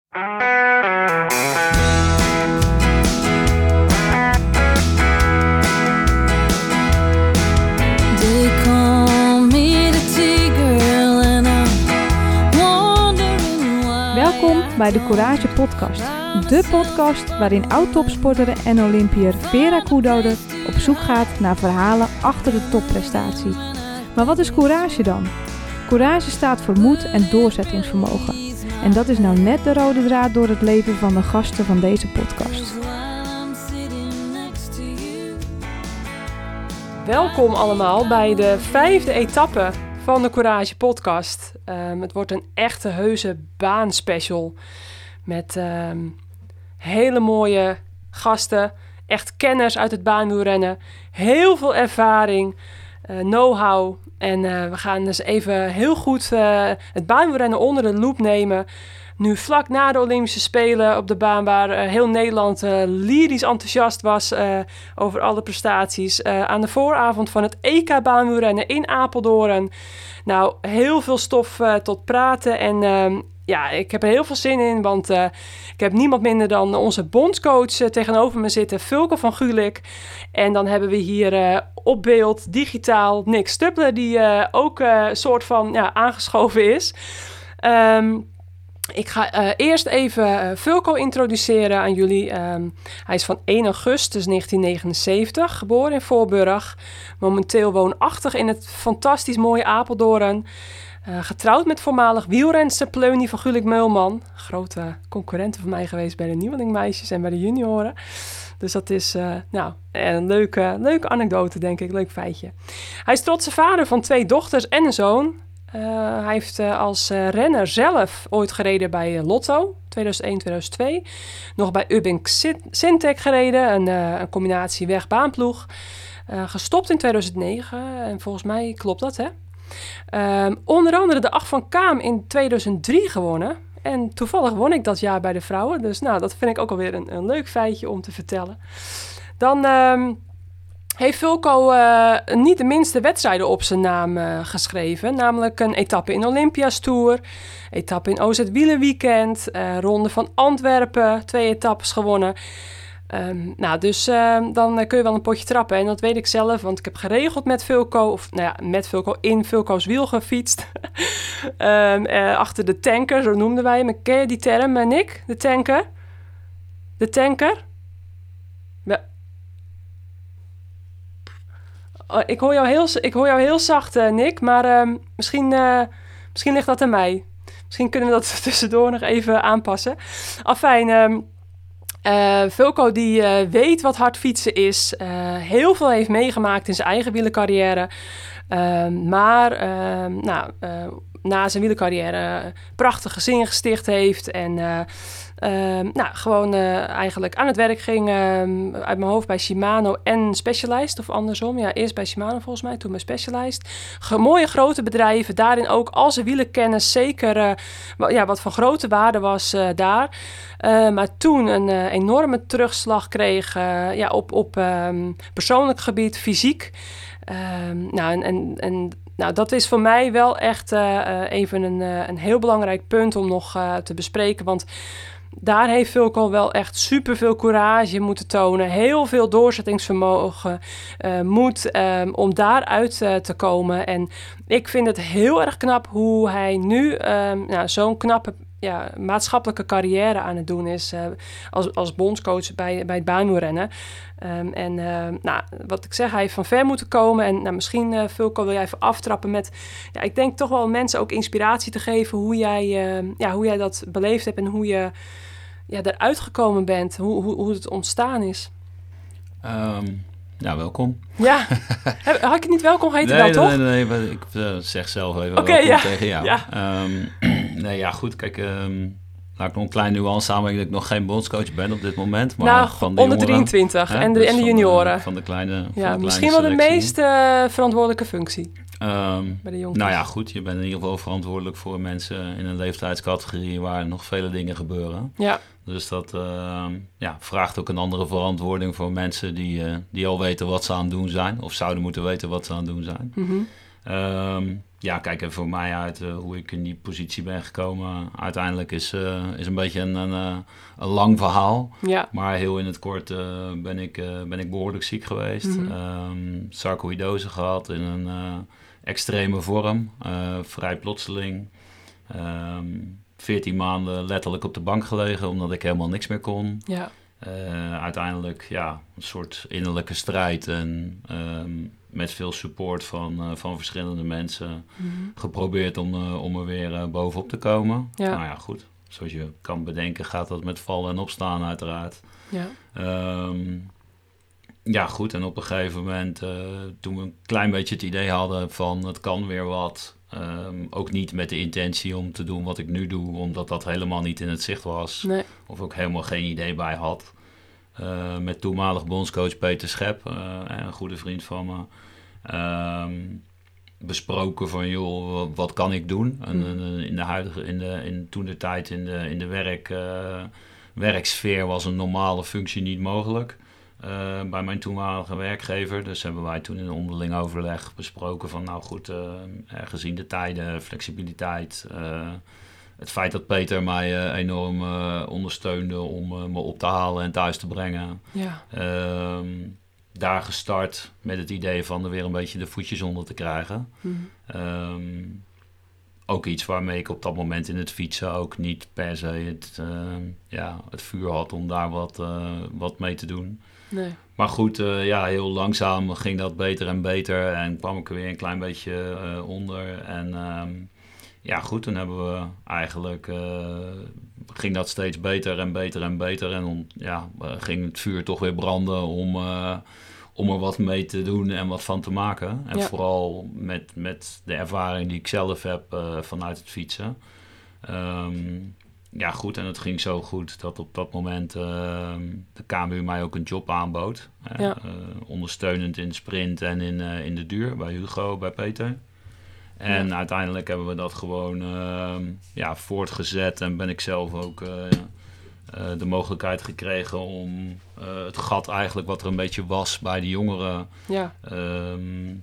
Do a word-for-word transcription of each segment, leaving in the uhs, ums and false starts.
Welkom bij de Courage Podcast. De podcast waarin oud-topsporter en Olympiër Vera Koedode op zoek gaat naar verhalen achter de topprestatie. Maar wat is courage dan? Courage staat voor moed en doorzettingsvermogen. En dat is nou net de rode draad door het leven van de gasten van deze podcast. Welkom allemaal bij de vijfde etappe van de Courage Podcast. Um, het wordt een echte heuse baanspecial met um, hele mooie gasten, echt kenners uit het baanwielrennen, heel veel ervaring, uh, know-how. En uh, we gaan dus even heel goed uh, het baanwielrennen onder de loep nemen. Nu vlak na de Olympische Spelen op de baan waar uh, heel Nederland uh, lyrisch enthousiast was uh, over alle prestaties. Uh, aan de vooravond van het E K baanwielrennen in Apeldoorn. Nou, heel veel stof uh, tot praten en uh, ja, ik heb er heel veel zin in, want uh, ik heb niemand minder dan onze bondscoach uh, tegenover me zitten, Vulko van Gulik. En dan hebben we hier uh, op beeld, digitaal, Nick Stubler, die uh, ook een uh, soort van ja, aangeschoven is. Um, Ik ga uh, eerst even uh, Vulko introduceren aan jullie. Um, hij is van één augustus negentien negenenzeventig, geboren in Voorburg. Momenteel woonachtig in het fantastisch mooie Apeldoorn. Uh, getrouwd met voormalig wielrenster Pleunie van Gulik-Meulman. Grote concurrenten van mij geweest bij de nieuwelingmeisjes en bij de junioren. Dus dat is uh, nou, een leuke, leuke anekdote, denk ik. Leuk feitje. Hij is trotse vader van twee dochters en een zoon. Uh, hij heeft uh, als uh, renner zelf ooit gereden bij uh, Lotto, tweeduizend één tweeduizend twee. Nog bij Ubbink Syntec gereden, een, uh, een combinatie weg-baanploeg. Uh, gestopt in tweeduizend negen en volgens mij klopt dat, hè? Uh, onder andere de acht van Kaam in tweeduizend drie gewonnen. En toevallig won ik dat jaar bij de vrouwen. Dus nou, dat vind ik ook alweer een, een leuk feitje om te vertellen. Dan Uh, heeft Vulko uh, niet de minste wedstrijden op zijn naam uh, geschreven. Namelijk een etappe in Olympia's Tour, etappe in O Z Wielerweekend, uh, Ronde van Antwerpen, twee etappes gewonnen. Um, nou, dus uh, dan uh, kun je wel een potje trappen. En dat weet ik zelf, want ik heb geregeld met Vulko, of nou ja, met Vulko in Vulko's wiel gefietst. um, uh, achter de tanker, zo noemden wij hem. Ken je die term, uh, Nick? De tanker? De tanker? Ja. Oh, ik, hoor jou heel, ik hoor jou heel zacht, uh, Nick, maar uh, misschien, uh, misschien ligt dat aan mij. Misschien kunnen we dat tussendoor nog even aanpassen. Afijn, uh, uh, Vulko die uh, weet wat hard fietsen is. Uh, heel veel heeft meegemaakt in zijn eigen wielercarrière. Uh, maar uh, nou, uh, na zijn wielercarrière een prachtig gezin gesticht heeft en Uh, Uh, nou, gewoon uh, eigenlijk aan het werk ging, uh, uit mijn hoofd bij Shimano en Specialized, of andersom. Ja, eerst bij Shimano volgens mij, toen bij Specialized. Ge- mooie grote bedrijven, daarin ook al zijn wielerkennis zeker uh, w- ja, wat van grote waarde was uh, daar. Uh, maar toen een uh, enorme terugslag kreeg uh, ja, op, op um, persoonlijk gebied, fysiek. Uh, nou, en, en, en Nou, dat is voor mij wel echt uh, uh, even een, uh, een heel belangrijk punt om nog uh, te bespreken. Want daar heeft Vulko wel echt superveel courage moeten tonen. Heel veel doorzettingsvermogen, uh, moed um, om daaruit uh, te komen. En ik vind het heel erg knap hoe hij nu um, nou, zo'n knappe ja, maatschappelijke carrière aan het doen is uh, als, als bondscoach bij, bij het baanwielrennen. Um, en uh, nou, wat ik zeg, hij heeft van ver moeten komen. En nou, misschien, uh, Vulko, wil jij even aftrappen met Ja, ik denk toch wel mensen ook inspiratie te geven hoe jij, uh, ja, hoe jij dat beleefd hebt en hoe je ja, eruit gekomen bent, hoe, hoe, hoe het ontstaan is. Um, ja, welkom. Ja, had ik het niet welkom geheten nee, dan, nee, toch? Nee, nee, nee, ik uh, zeg zelf even okay, welkom ja. tegen jou. Ja. Um, nee, ja, goed, kijk, um, laat ik nog een klein nuance aanbrengen dat ik nog geen bondscoach ben op dit moment. Maar nou, van de onder jongeren, drieëntwintig hè, en de, dus en de van junioren. De, van de kleine van Ja, de misschien kleine wel de selectie. meest uh, verantwoordelijke functie. Um, bij de jonkies. nou ja, goed, je bent in ieder geval verantwoordelijk voor mensen in een leeftijdscategorie waar nog vele dingen gebeuren. Ja. Dus dat uh, ja, vraagt ook een andere verantwoording voor mensen die, uh, die al weten wat ze aan het doen zijn. Of zouden moeten weten wat ze aan het doen zijn. Mm-hmm. Um, ja, kijk even voor mij uit uh, hoe ik in die positie ben gekomen. Uiteindelijk is, uh, is een beetje een, een, uh, een lang verhaal. Ja. Maar heel in het kort uh, ben, ik, uh, ben ik behoorlijk ziek geweest. Mm-hmm. Um, sarcoïdose gehad in een uh, extreme vorm. Uh, vrij plotseling. Um, veertien maanden letterlijk op de bank gelegen omdat ik helemaal niks meer kon. Ja. Uh, uiteindelijk ja, een soort innerlijke strijd en um, met veel support van, uh, van verschillende mensen mm-hmm. geprobeerd om, uh, om er weer uh, bovenop te komen. Ja. Nou ja, goed. Zoals je kan bedenken gaat dat met vallen en opstaan uiteraard. Ja, um, ja goed. En op een gegeven moment uh, toen we een klein beetje het idee hadden van het kan weer wat. Um, ook niet met de intentie om te doen wat ik nu doe, omdat dat helemaal niet in het zicht was. Nee. Of ook helemaal geen idee bij had. Uh, met toenmalig bondscoach Peter Schep, uh, een goede vriend van me. Um, besproken van, joh, wat kan ik doen? En, mm. in de huidige, in de, in, toen de tijd in de, in de werk, uh, werksfeer was een normale functie niet mogelijk. Uh, bij mijn toenmalige werkgever. Dus hebben wij toen in een onderling overleg besproken van, nou goed, uh, gezien de tijden, flexibiliteit, uh, het feit dat Peter mij uh, enorm uh, ondersteunde om uh, me op te halen en thuis te brengen. Ja. Uh, daar gestart met het idee van er weer een beetje de voetjes onder te krijgen. Mm. Um, ook iets waarmee ik op dat moment in het fietsen ook niet per se het, uh, ja, het vuur had om daar wat, uh, wat mee te doen. Nee. Maar goed, uh, ja, heel langzaam ging dat beter en beter en kwam ik er weer een klein beetje uh, onder. En um, ja, goed, toen hebben we eigenlijk, uh, ging dat steeds beter en beter en beter. En on, ja, uh, ging het vuur toch weer branden om, uh, om er wat mee te doen en wat van te maken. En ja. vooral met, met de ervaring die ik zelf heb uh, vanuit het fietsen. Um, Ja, goed. En het ging zo goed dat op dat moment uh, de K M U mij ook een job aanbood. Uh, ja. uh, ondersteunend in sprint en in, uh, in de duur. Bij Hugo, bij Peter. En ja. uiteindelijk hebben we dat gewoon uh, ja, voortgezet. En ben ik zelf ook uh, uh, de mogelijkheid gekregen om uh, het gat eigenlijk wat er een beetje was bij de jongeren ja. um,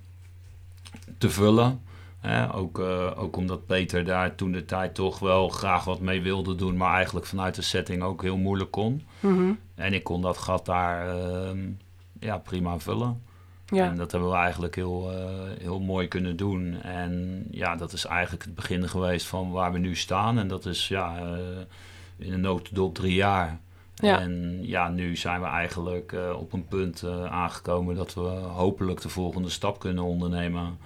te vullen. He, ook, uh, ook omdat Peter daar toen de tijd toch wel graag wat mee wilde doen, maar eigenlijk vanuit de setting ook heel moeilijk kon. Mm-hmm. En ik kon dat gat daar uh, ja, prima vullen. Ja. En dat hebben we eigenlijk heel, uh, heel mooi kunnen doen. En ja, dat is eigenlijk het begin geweest van waar we nu staan. En dat is ja, uh, in een notendop drie jaar. Ja. En ja, nu zijn we eigenlijk uh, op een punt uh, aangekomen dat we hopelijk de volgende stap kunnen ondernemen.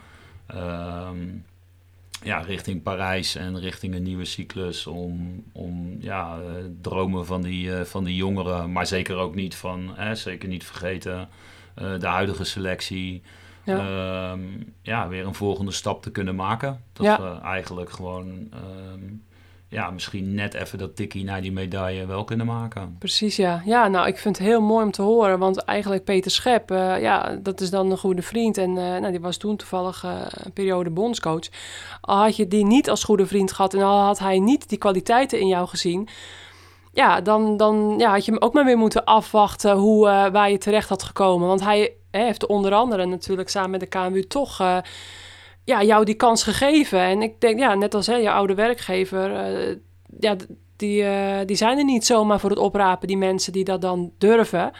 Um, ja, richting Parijs en richting een nieuwe cyclus om, om ja, uh, dromen van die, uh, van die jongeren, maar zeker ook niet van, eh, zeker niet vergeten, uh, de huidige selectie, ja. Um, ja, weer een volgende stap te kunnen maken. Dat ja. we eigenlijk gewoon, um, ja, misschien net even dat tikkie naar die medaille wel kunnen maken. Precies, ja. Ja, nou, ik vind het heel mooi om te horen, want eigenlijk Peter Schep, uh, ja, dat is dan een goede vriend en uh, nou, die was toen toevallig uh, een periode bondscoach. Al had je die niet als goede vriend gehad en al had hij niet die kwaliteiten in jou gezien, ja, dan, dan ja, had je hem ook maar weer moeten afwachten hoe, uh, waar je terecht had gekomen. Want hij hè, heeft onder andere natuurlijk samen met de K M U toch uh, ja, jou die kans gegeven. En ik denk, ja, net als hè, je oude werkgever, uh, ja, die, uh, die zijn er niet zomaar voor het oprapen, die mensen die dat dan durven.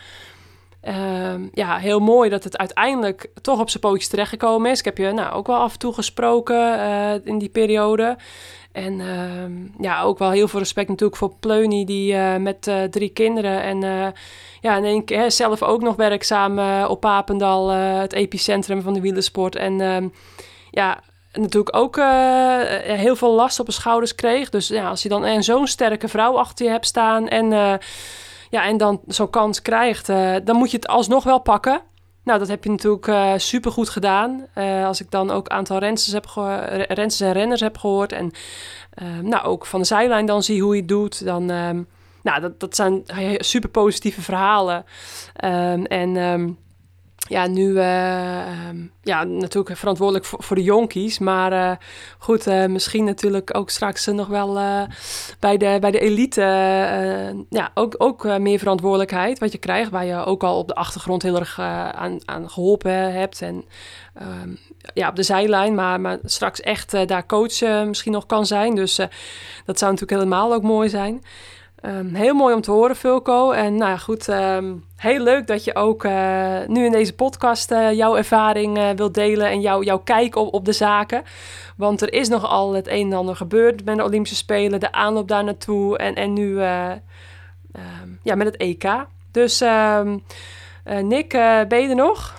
Uh, ja, heel mooi dat het uiteindelijk toch op zijn pootjes terechtgekomen is. Ik heb je nou ook wel af en toe gesproken uh, in die periode. En uh, ja, ook wel heel veel respect natuurlijk voor Pleuny, die uh, met uh, drie kinderen en uh, ja, in één keer zelf ook nog werkzaam uh, op Papendal, uh, het epicentrum van de wielersport. En uh, ja, natuurlijk ook uh, heel veel last op de schouders kreeg. Dus ja, als je dan en zo'n sterke vrouw achter je hebt staan en, uh, ja, en dan zo'n kans krijgt, uh, dan moet je het alsnog wel pakken. Nou, dat heb je natuurlijk uh, supergoed gedaan. Uh, als ik dan ook een aantal rensters, heb geho- rensters en renners heb gehoord en uh, nou, ook van de zijlijn dan zie hoe je het doet, dan uh, nou, dat, dat zijn super positieve verhalen. Um, en um, ja, nu uh, um, ja, natuurlijk verantwoordelijk voor, voor de jonkies. Maar uh, goed, uh, misschien natuurlijk ook straks uh, nog wel uh, bij, de, bij de elite uh, ja, ook, ook uh, meer verantwoordelijkheid wat je krijgt. Waar je ook al op de achtergrond heel erg uh, aan, aan geholpen hebt. En um, ja, op de zijlijn. Maar, maar straks echt uh, daar coach uh, misschien nog kan zijn. Dus uh, dat zou natuurlijk helemaal ook mooi zijn. Um, heel mooi om te horen, Fulco. En nou ja, goed, um, heel leuk dat je ook uh, nu in deze podcast uh, jouw ervaring uh, wilt delen en jouw, jouw kijk op, op de zaken. Want er is nogal het een en ander gebeurd met de Olympische Spelen, de aanloop daar naartoe en, en nu uh, um, ja, met het E K. Dus um, uh, Nick, uh, ben je er nog?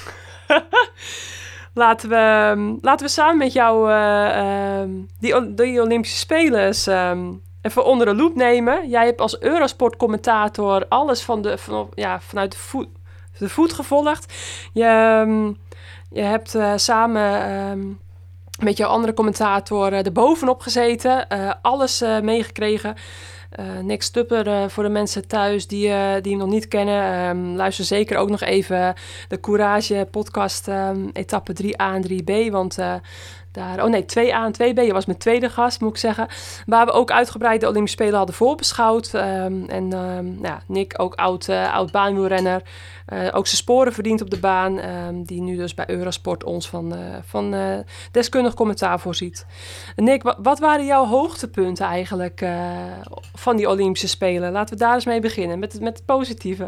Laten we, um, laten we samen met jou uh, um, die, die Olympische Spelers Um, even onder de loep nemen. Jij hebt als Eurosport-commentator alles van de, van, ja, vanuit de voet, de voet gevolgd. Je, um, je hebt uh, samen um, met jouw andere commentator uh, erbovenop gezeten. Uh, alles uh, meegekregen. Uh, Nick Stupper, uh, voor de mensen thuis die, uh, die hem nog niet kennen. Um, luister zeker ook nog even de Courage podcast um, etappe drie A en drie B. Want uh, daar, oh nee, twee A en twee B. Je was mijn tweede gast, moet ik zeggen. Waar we ook uitgebreid de Olympische Spelen hadden voorbeschouwd. Um, en um, ja, Nick, ook oud, uh, oud baanwielrenner. Uh, ook zijn sporen verdient op de baan. Um, die nu dus bij Eurosport ons van, uh, van uh, deskundig commentaar voorziet. Nick, wat, wat waren jouw hoogtepunten eigenlijk uh, van die Olympische Spelen? Laten we daar eens mee beginnen, met het, met het positieve.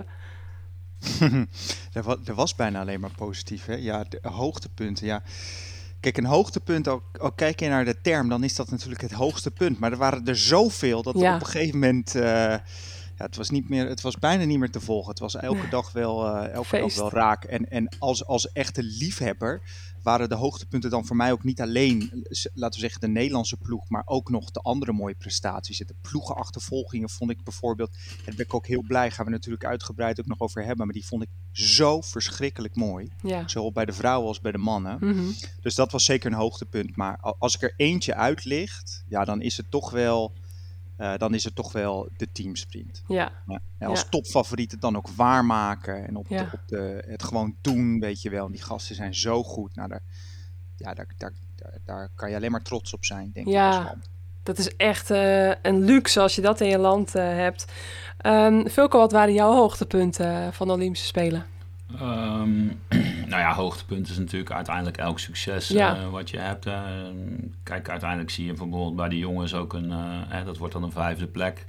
er, was, er was bijna alleen maar positief, hè? Ja, de hoogtepunten, ja. Kijk, een hoogtepunt, ook, ook kijk je naar de term, dan is dat natuurlijk het hoogste punt. Maar er waren er zoveel dat ja. op een gegeven moment, uh, ja, het was niet meer, het was bijna niet meer te volgen. Het was elke dag wel, uh, elke dag wel raak. En, en als, als echte liefhebber waren de hoogtepunten dan voor mij ook niet alleen, laten we zeggen, de Nederlandse ploeg, maar ook nog de andere mooie prestaties. De ploegenachtervolgingen vond ik bijvoorbeeld, daar ben ik ook heel blij, gaan we natuurlijk uitgebreid ook nog over hebben, maar die vond ik zo verschrikkelijk mooi. Ja. Zowel bij de vrouwen als bij de mannen. Mm-hmm. Dus dat was zeker een hoogtepunt. Maar als ik er eentje uitlicht, ja, dan is het toch wel, uh, dan is het toch wel de teamsprint. Ja. Ja. En als ja. topfavoriet het dan ook waarmaken en op, ja. de, op de, het gewoon doen, weet je wel. En die gasten zijn zo goed. Nou, daar, ja, daar, daar, daar, daar kan je alleen maar trots op zijn, denk ja. ik, als land. Dat is echt uh, een luxe als je dat in je land uh, hebt. Um, Fulco, wat waren jouw hoogtepunten van de Olympische Spelen? Um, nou ja, hoogtepunt is natuurlijk uiteindelijk elk succes ja. uh, wat je hebt. Uh, kijk, uiteindelijk zie je bijvoorbeeld bij de jongens ook een, uh, eh, dat wordt dan een vijfde plek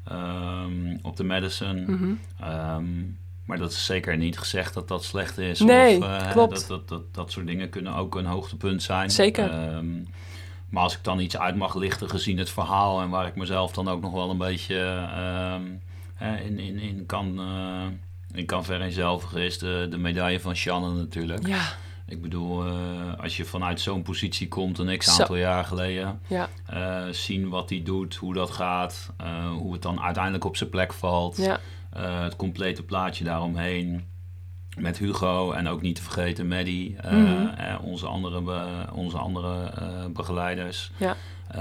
um, op de Madison. Mm-hmm. Um, maar dat is zeker niet gezegd dat dat slecht is. Nee, of, uh, klopt. Dat, dat, dat, dat soort dingen kunnen ook een hoogtepunt zijn. Zeker. Um, maar als ik dan iets uit mag lichten gezien het verhaal en waar ik mezelf dan ook nog wel een beetje um, uh, in, in, in kan... Uh, Ik kan vereenzelvigen is de, de medaille van Shannon natuurlijk. Ja. Ik bedoel, uh, als je vanuit zo'n positie komt een x-aantal Zo. jaar geleden. Ja. Uh, zien wat hij doet, hoe dat gaat. Uh, hoe het dan uiteindelijk op zijn plek valt. Ja. Uh, het complete plaatje daaromheen. Met Hugo en ook niet te vergeten Maddie. Uh, mm-hmm. uh, onze andere, be, onze andere uh, begeleiders. Ja.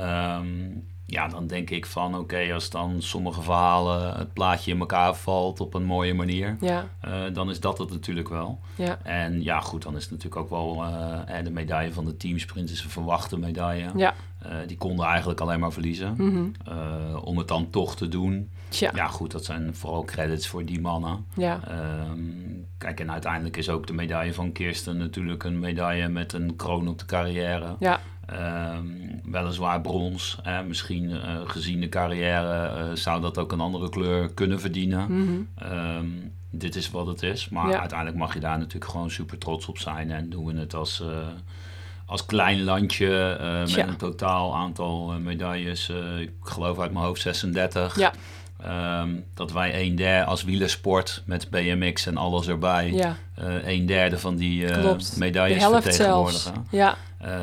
Um, Ja, dan denk ik van oké, okay, als dan sommige verhalen het plaatje in elkaar valt op een mooie manier, ja. uh, dan is dat het natuurlijk wel. Ja. En ja, goed, dan is het natuurlijk ook wel uh, de medaille van de teamsprint is een verwachte medaille. Ja. Uh, die konden eigenlijk alleen maar verliezen. Mm-hmm. Uh, om het dan toch te doen. Ja. ja, goed, dat zijn vooral credits voor die mannen. Ja. Um, kijk, en uiteindelijk is ook de medaille van Kirsten natuurlijk een medaille met een kroon op de carrière. Ja. Um, weliswaar brons. Eh, misschien uh, gezien de carrière uh, zou dat ook een andere kleur kunnen verdienen. Mm-hmm. Um, dit is wat het is. Maar ja. uiteindelijk mag je daar natuurlijk gewoon super trots op zijn. En doen we het als, uh, als klein landje uh, met ja. een totaal aantal uh, medailles. Uh, ik geloof uit mijn hoofd zesendertig. Ja. Um, dat wij een derde als wielersport met B M X en alles erbij ja. uh, een derde van die uh, medailles vertegenwoordigen. Ja.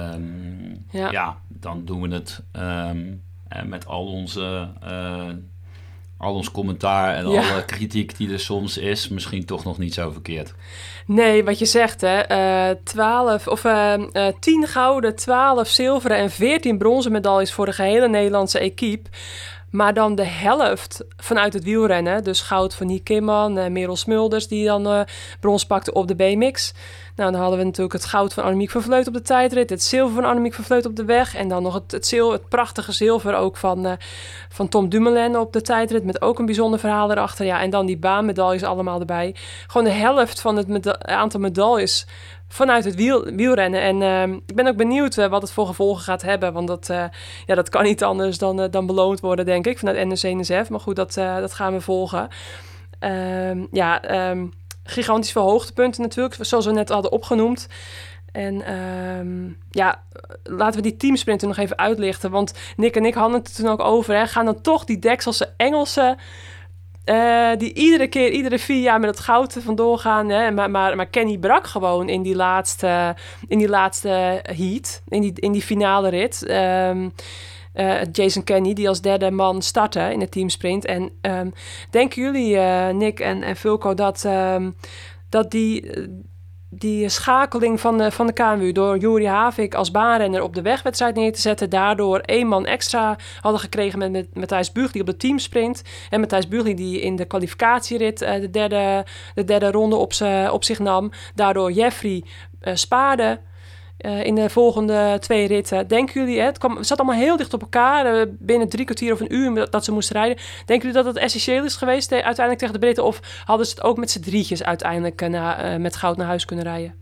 Um, ja. ja, dan doen we het um, met al onze uh, al ons commentaar en ja. alle kritiek die er soms is, misschien toch nog niet zo verkeerd. Nee, wat je zegt, hè, uh, twaalf of uh, uh, tien gouden, twaalf zilveren en veertien bronzen medailles voor de gehele Nederlandse equipe. Maar dan de helft vanuit het wielrennen. Dus goud van Niek Kimman, uh, Merel Smulders die dan uh, brons pakte op de B-mix. Nou, dan hadden we natuurlijk het goud van Annemiek van Vleut op de tijdrit. Het zilver van Annemiek van Vleut op de weg. En dan nog het, het, zil, het prachtige zilver ook van, uh, van Tom Dumoulin op de tijdrit. Met ook een bijzonder verhaal erachter. Ja, en dan die baanmedailles allemaal erbij. Gewoon de helft van het meda- aantal medailles vanuit het wiel, wielrennen. En uh, ik ben ook benieuwd uh, wat het voor gevolgen gaat hebben. Want dat, uh, ja, dat kan niet anders dan, uh, dan beloond worden, denk ik. Vanuit N S C N S F. Maar goed, dat, uh, dat gaan we volgen. Uh, ja, um, gigantisch veel hoogtepunten natuurlijk. Zoals we net hadden opgenoemd. En um, ja, laten we die teamsprinten nog even uitlichten. Want Nick en ik hadden het er toen ook over. Hè, gaan dan toch die Dekselse Engelsen... Uh, die iedere keer, iedere vier jaar met het goud vandoor gaan. Hè? Maar, maar, maar Kenny brak gewoon in die laatste, in die laatste heat. In die, in die finale rit. Um, uh, Jason Kenny, die als derde man startte in de teamsprint. En um, denken jullie, uh, Nick en, en Fulco, dat, um, dat die... Uh, Die schakeling van de, van de K M U door Juri Havik als baanrenner op de wegwedstrijd neer te zetten, daardoor één man extra hadden gekregen met, met Matthijs Bugli op de teamsprint. En Matthijs Bugli die in de kwalificatierit uh, de, derde, de derde ronde op, ze, op zich nam. Daardoor Jeffrey uh, spaarde uh, in de volgende twee ritten. Denken jullie, hè, het, kwam, het zat allemaal heel dicht op elkaar, uh, binnen drie kwartier of een uur dat, dat ze moesten rijden. Denken jullie dat het essentieel is geweest uh, uiteindelijk tegen de Britten? Of hadden ze het ook met z'n drietjes uiteindelijk uh, na, uh, met goud naar huis kunnen rijden?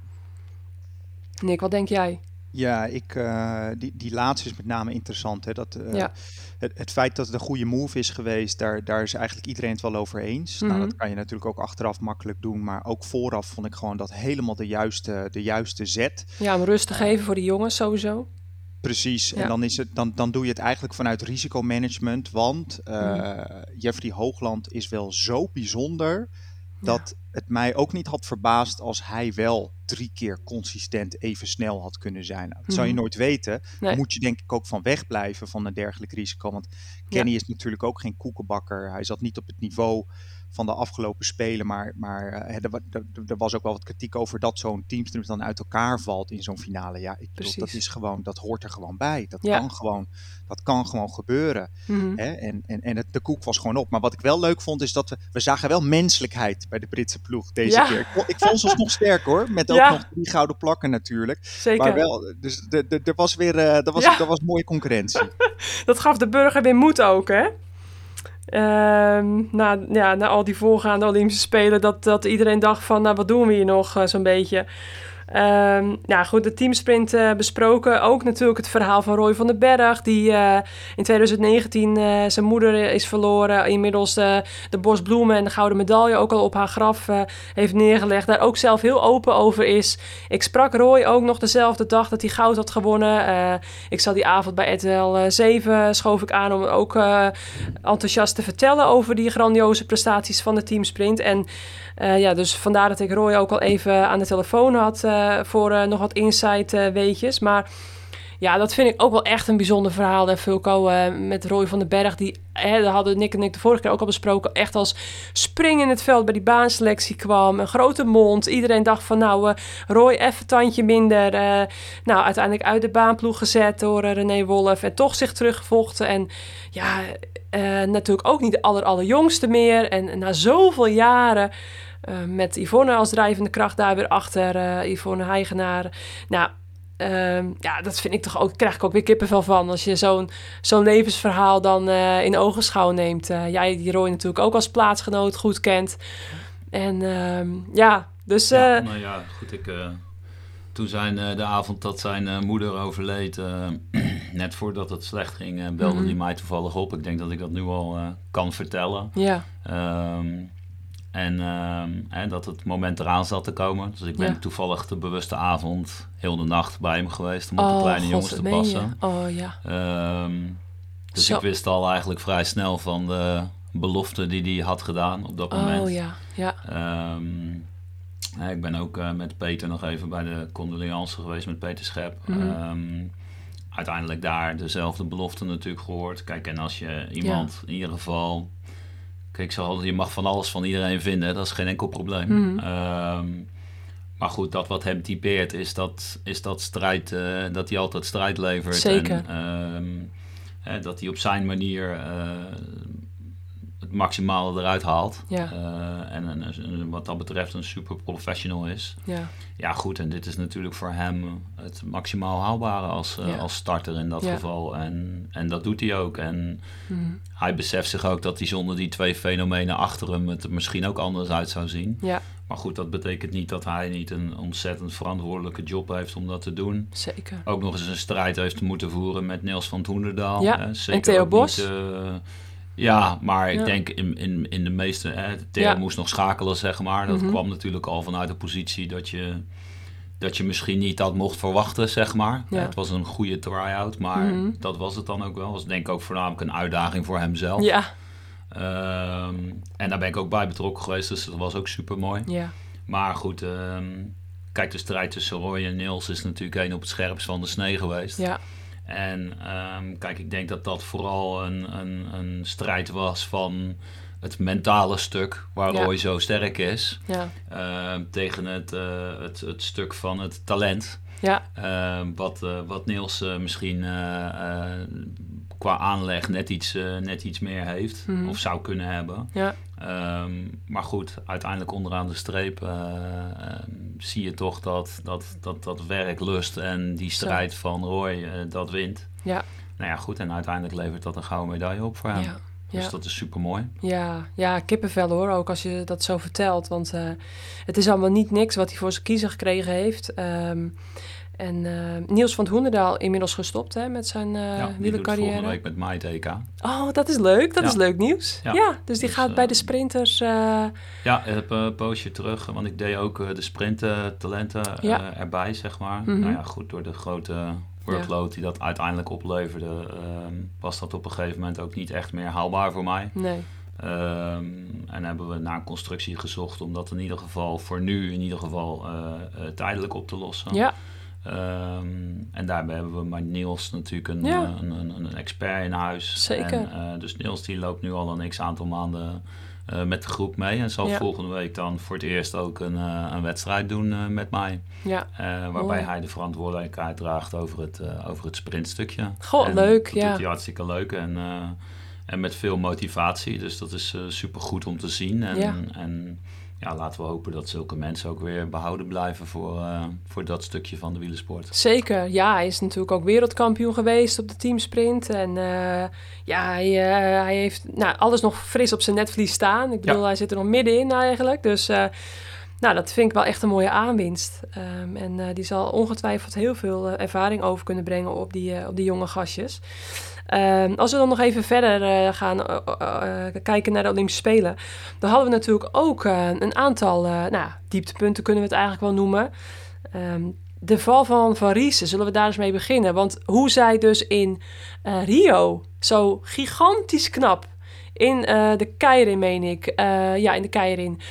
Nick, wat denk jij? Ja, ik, uh, die, die laatste is met name interessant. Hè? Dat, uh, ja. het, het feit dat het een goede move is geweest, daar, daar is eigenlijk iedereen het wel over eens. Mm-hmm. Nou, dat kan je natuurlijk ook achteraf makkelijk doen. Maar ook vooraf vond ik gewoon dat helemaal de juiste, de juiste zet. Ja, om rust te uh, geven voor die jongens sowieso. Precies, ja. En dan, is het, dan, dan doe je het eigenlijk vanuit risicomanagement. Want uh, mm. Jeffrey Hoogland is wel zo bijzonder dat ja. het mij ook niet had verbaasd als hij wel drie keer consistent even snel had kunnen zijn. Nou, dat zou je nooit weten. Nee. Moet je denk ik ook van wegblijven van een dergelijk risico. Want Kenny ja. is natuurlijk ook geen koekenbakker. Hij zat niet op het niveau van de afgelopen spelen. Maar, maar uh, er, er, er was ook wel wat kritiek over dat zo'n teamstrip dan uit elkaar valt in zo'n finale. Ja, ik bedoel, dat is gewoon, dat hoort er gewoon bij. Dat ja. kan gewoon, dat kan gewoon gebeuren. Mm-hmm. Hè? En, en, en het, de koek was gewoon op. Maar wat ik wel leuk vond is dat we, we zagen wel menselijkheid bij de Britse ploeg deze ja. keer. Ik, ik vond ze nog sterk hoor. Met ook ja. nog drie gouden plakken natuurlijk. Zeker. Maar wel, dus er was weer, uh, er was, ja. er was mooie concurrentie. Dat gaf de burger weer moed ook, hè? Um, na, ja, na al die voorgaande Olympische Spelen, dat, dat iedereen dacht van, nou, wat doen we hier nog uh, zo'n beetje? Um, nou goed, de teamsprint uh, besproken. Ook natuurlijk het verhaal van Roy van den Berg, die uh, in twintig negentien uh, zijn moeder is verloren. Inmiddels uh, de bos bloemen en de gouden medaille ook al op haar graf uh, heeft neergelegd. Daar ook zelf heel open over is. Ik sprak Roy ook nog dezelfde dag dat hij goud had gewonnen. Uh, ik zal die avond bij R T L zeven schoof ik aan om ook uh, enthousiast te vertellen over die grandioze prestaties van de teamsprint. En Uh, ja, dus vandaar dat ik Roy ook al even aan de telefoon had uh, voor uh, nog wat insight uh, weetjes. Maar ja, dat vind ik ook wel echt een bijzonder verhaal. En Fulco uh, met Roy van den Berg, die hè, dat hadden Nick en ik de vorige keer ook al besproken, echt als spring in het veld bij die baanselectie kwam. Een grote mond. Iedereen dacht van nou, uh, Roy even tandje minder. Uh, nou, uiteindelijk uit de baanploeg gezet door uh, René Wolf en toch zich teruggevochten. En ja, uh, natuurlijk ook niet de aller, allerjongste meer. En, en na zoveel jaren Uh, met Yvonne als drijvende kracht daar weer achter, uh, Yvonne Heigenaar. Nou, uh, ja, dat vind ik toch ook, krijg ik ook weer kippenvel van. Als je zo'n, zo'n levensverhaal dan uh, in ogenschouw neemt. Uh, jij die Roy natuurlijk ook als plaatsgenoot goed kent. En uh, ja, dus... Uh, ja, nou ja, goed, ik... Uh... Toen zijn uh, de avond dat zijn uh, moeder overleed, uh, net voordat het slecht ging, uh, belde mm-hmm. hij mij toevallig op. Ik denk dat ik dat nu al uh, kan vertellen. Ja. Um, en uh, hè, dat het moment eraan zat te komen. Dus ik ben ja. toevallig de bewuste avond heel de nacht bij hem geweest om op oh, de kleine God, jongens te passen. Je? Oh ja. Um, dus Zo. ik wist al eigenlijk vrij snel van de belofte die hij had gedaan op dat moment. Oh ja, ja. Um, Ik ben ook uh, met Peter nog even bij de condoleance geweest met Peter Schep. Mm-hmm. Um, uiteindelijk daar dezelfde belofte natuurlijk gehoord. Kijk, en als je iemand ja. in ieder geval... Kijk, zo, je mag van alles van iedereen vinden. Dat is geen enkel probleem. Mm-hmm. Um, maar goed, dat wat hem typeert is dat, is dat strijd... Uh, dat hij altijd strijd levert. Zeker. En, um, hè, dat hij op zijn manier uh, het maximale eruit haalt. Ja. Uh, en, en, en wat dat betreft een super professional is. Ja. Ja, goed. En dit is natuurlijk voor hem het maximaal haalbare als, uh, ja. als starter in dat ja. geval. En, en dat doet hij ook. En mm. hij beseft zich ook dat hij zonder die twee fenomenen achter hem het er misschien ook anders uit zou zien. Ja. Maar goed, dat betekent niet dat hij niet een ontzettend verantwoordelijke job heeft om dat te doen. Zeker. Ook nog eens een strijd heeft moeten voeren met Nils van 't Hoenderdaal. Ja, hè. Zeker en Theo Bos. Niet, uh, ja, maar ja. ik denk in, in, in de meeste... Hè, Theo ja. moest nog schakelen, zeg maar. Dat mm-hmm. kwam natuurlijk al vanuit de positie dat je, dat je misschien niet dat mocht verwachten, zeg maar. Ja. Het was een goede try-out, maar mm-hmm. dat was het dan ook wel. Dat was denk ik ook voornamelijk een uitdaging voor hemzelf. Ja. Um, en daar ben ik ook bij betrokken geweest, dus dat was ook super mooi. Ja. Maar goed, um, kijk, de strijd tussen Roy en Niels is natuurlijk één op het scherpst van de snee geweest. Ja. En um, kijk, ik denk dat dat vooral een, een, een strijd was van het mentale stuk, waar ja. Roy zo sterk is, ja. uh, tegen het, uh, het, het stuk van het talent. Ja. Uh, wat, uh, wat Niels uh, misschien uh, uh, qua aanleg net iets, uh, net iets meer heeft, mm-hmm. of zou kunnen hebben. Ja. Um, maar goed, uiteindelijk onderaan de streep uh, uh, zie je toch dat, dat, dat, dat werklust en die strijd Zo. van Roy uh, dat wint. Ja. Nou ja, goed, en uiteindelijk levert dat een gouden medaille op voor hem. Ja. Dus ja. dat is super mooi. Ja, ja, kippenvel hoor, ook als je dat zo vertelt. Want uh, het is allemaal niet niks wat hij voor zijn kiezer gekregen heeft. Um, en uh, Niels van 't Hoenderdaal inmiddels gestopt hè, met zijn uh, ja, wielercarrière. volgende week met mij het E K. Oh, dat is leuk. Dat ja. is leuk nieuws. Ja, ja dus die dus, gaat uh, bij de sprinters... Uh... Ja, ik heb een poosje terug, want ik deed ook uh, de sprinttalenten ja. uh, erbij, zeg maar. Mm-hmm. Nou ja, goed, door de grote workload ja. die dat uiteindelijk opleverde, uh, was dat op een gegeven moment ook niet echt meer haalbaar voor mij. Nee. Um, en hebben we naar een constructie gezocht om dat in ieder geval voor nu in ieder geval uh, uh, tijdelijk op te lossen. Ja. Um, en daarbij hebben we met Niels natuurlijk een, ja. een, een, een expert in huis. Zeker. En, uh, dus Niels die loopt nu al een x-aantal maanden uh, met de groep mee. En zal ja. volgende week dan voor het eerst ook een, uh, een wedstrijd doen uh, met mij. Ja. Uh, waarbij Mooi. hij de verantwoordelijkheid draagt over het, uh, over het sprintstukje. Goh, en leuk. Dat ja. doet hij hartstikke leuk. En, uh, en met veel motivatie. Dus dat is uh, super goed om te zien. En, ja. en ja, laten we hopen dat zulke mensen ook weer behouden blijven voor, uh, voor dat stukje van de wielersport. Zeker, ja. Hij is natuurlijk ook wereldkampioen geweest op de teamsprint. En uh, ja, hij, uh, hij heeft nou, alles nog fris op zijn netvlies staan. Ik bedoel, ja. hij zit er nog middenin eigenlijk. Dus uh, nou, dat vind ik wel echt een mooie aanwinst. Um, en uh, die zal ongetwijfeld heel veel uh, ervaring over kunnen brengen op die, uh, op die jonge gastjes. Um, als we dan nog even verder uh, gaan uh, uh, uh, kijken naar de Olympische Spelen, dan hadden we natuurlijk ook uh, een aantal uh, nou, dieptepunten, kunnen we het eigenlijk wel noemen. Um, de val van Van Riesen, zullen we daar eens mee beginnen? Want hoe zij dus in uh, Rio zo gigantisch knap in uh, de keirin, meen ik, uh, ja, in de keirin,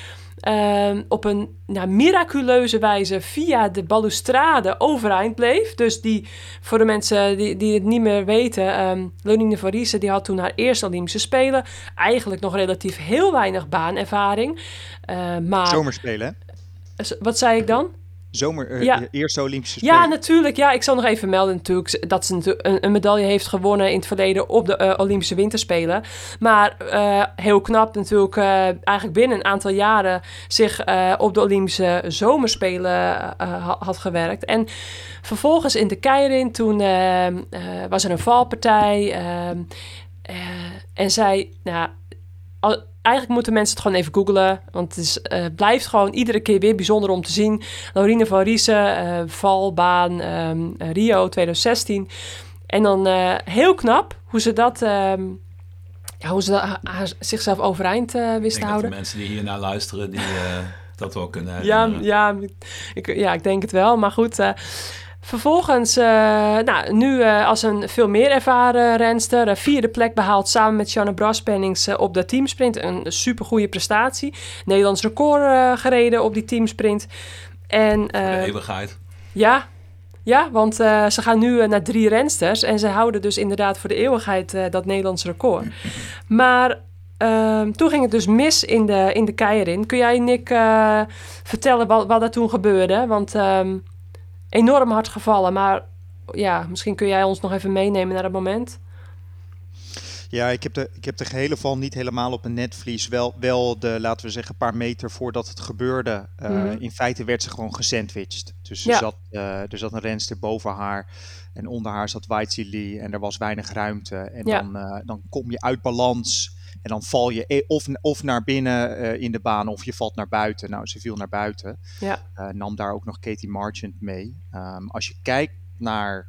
Uh, op een nou, miraculeuze wijze via de balustrade overeind bleef. Dus die, voor de mensen die, die het niet meer weten, um, Leonine Van Riesen die had toen haar eerste Olympische Spelen. Eigenlijk nog relatief heel weinig baanervaring. Uh, maar, Zomerspelen, hè? Wat zei ik dan? Zomer, uh, ja. eerste Olympische Spelen. Ja, natuurlijk. Ja, ik zal nog even melden natuurlijk dat ze een, een medaille heeft gewonnen in het verleden op de uh, Olympische Winterspelen. Maar uh, heel knap natuurlijk uh, eigenlijk binnen een aantal jaren zich uh, op de Olympische Zomerspelen uh, had gewerkt. En vervolgens in de keirin, toen uh, uh, was er een valpartij. Uh, uh, en zij, nou, al, eigenlijk moeten mensen het gewoon even googlen. Want het is, uh, blijft gewoon iedere keer weer bijzonder om te zien. Leonine Van Riesen, uh, valbaan, um, uh, Rio twintig zestien. En dan uh, heel knap hoe ze dat... Um, ja, hoe ze dat, haar, zichzelf overeind uh, wist te houden. De mensen die hier naar luisteren, die uh, dat wel kunnen ja, ja, ik, ja, ik denk het wel. Maar goed... Uh, Vervolgens, uh, nou, nu uh, als een veel meer ervaren renster, uh, vierde plek behaald samen met Shanna Braspennings uh, op de teamsprint. Een supergoeie prestatie. Nederlands record uh, gereden op die teamsprint. En, uh, Voor de eeuwigheid. Ja, ja want uh, ze gaan nu uh, naar drie rensters en ze houden dus inderdaad voor de eeuwigheid uh, dat Nederlands record. Maar... Uh, toen ging het dus mis in de, in de keirin. Kun jij, Nick, uh, vertellen wat, wat er toen gebeurde? Want... Um, enorm hard gevallen, maar ja, misschien kun jij ons nog even meenemen naar dat moment. Ja, ik heb, de, ik heb de gehele val niet helemaal op een netvlies. Wel, wel de, laten we zeggen, een paar meter voordat het gebeurde. Uh, mm-hmm. In feite werd ze gewoon gesandwiched. Dus er, ja. zat, uh, er zat een renster boven haar. En onder haar zat Waitili. En er was weinig ruimte. En ja. dan, uh, dan kom je uit balans. En dan val je of, of naar binnen uh, in de baan of je valt naar buiten. Nou, ze viel naar buiten. Ja. Uh, nam daar ook nog Katie Marchant mee. Um, als je kijkt naar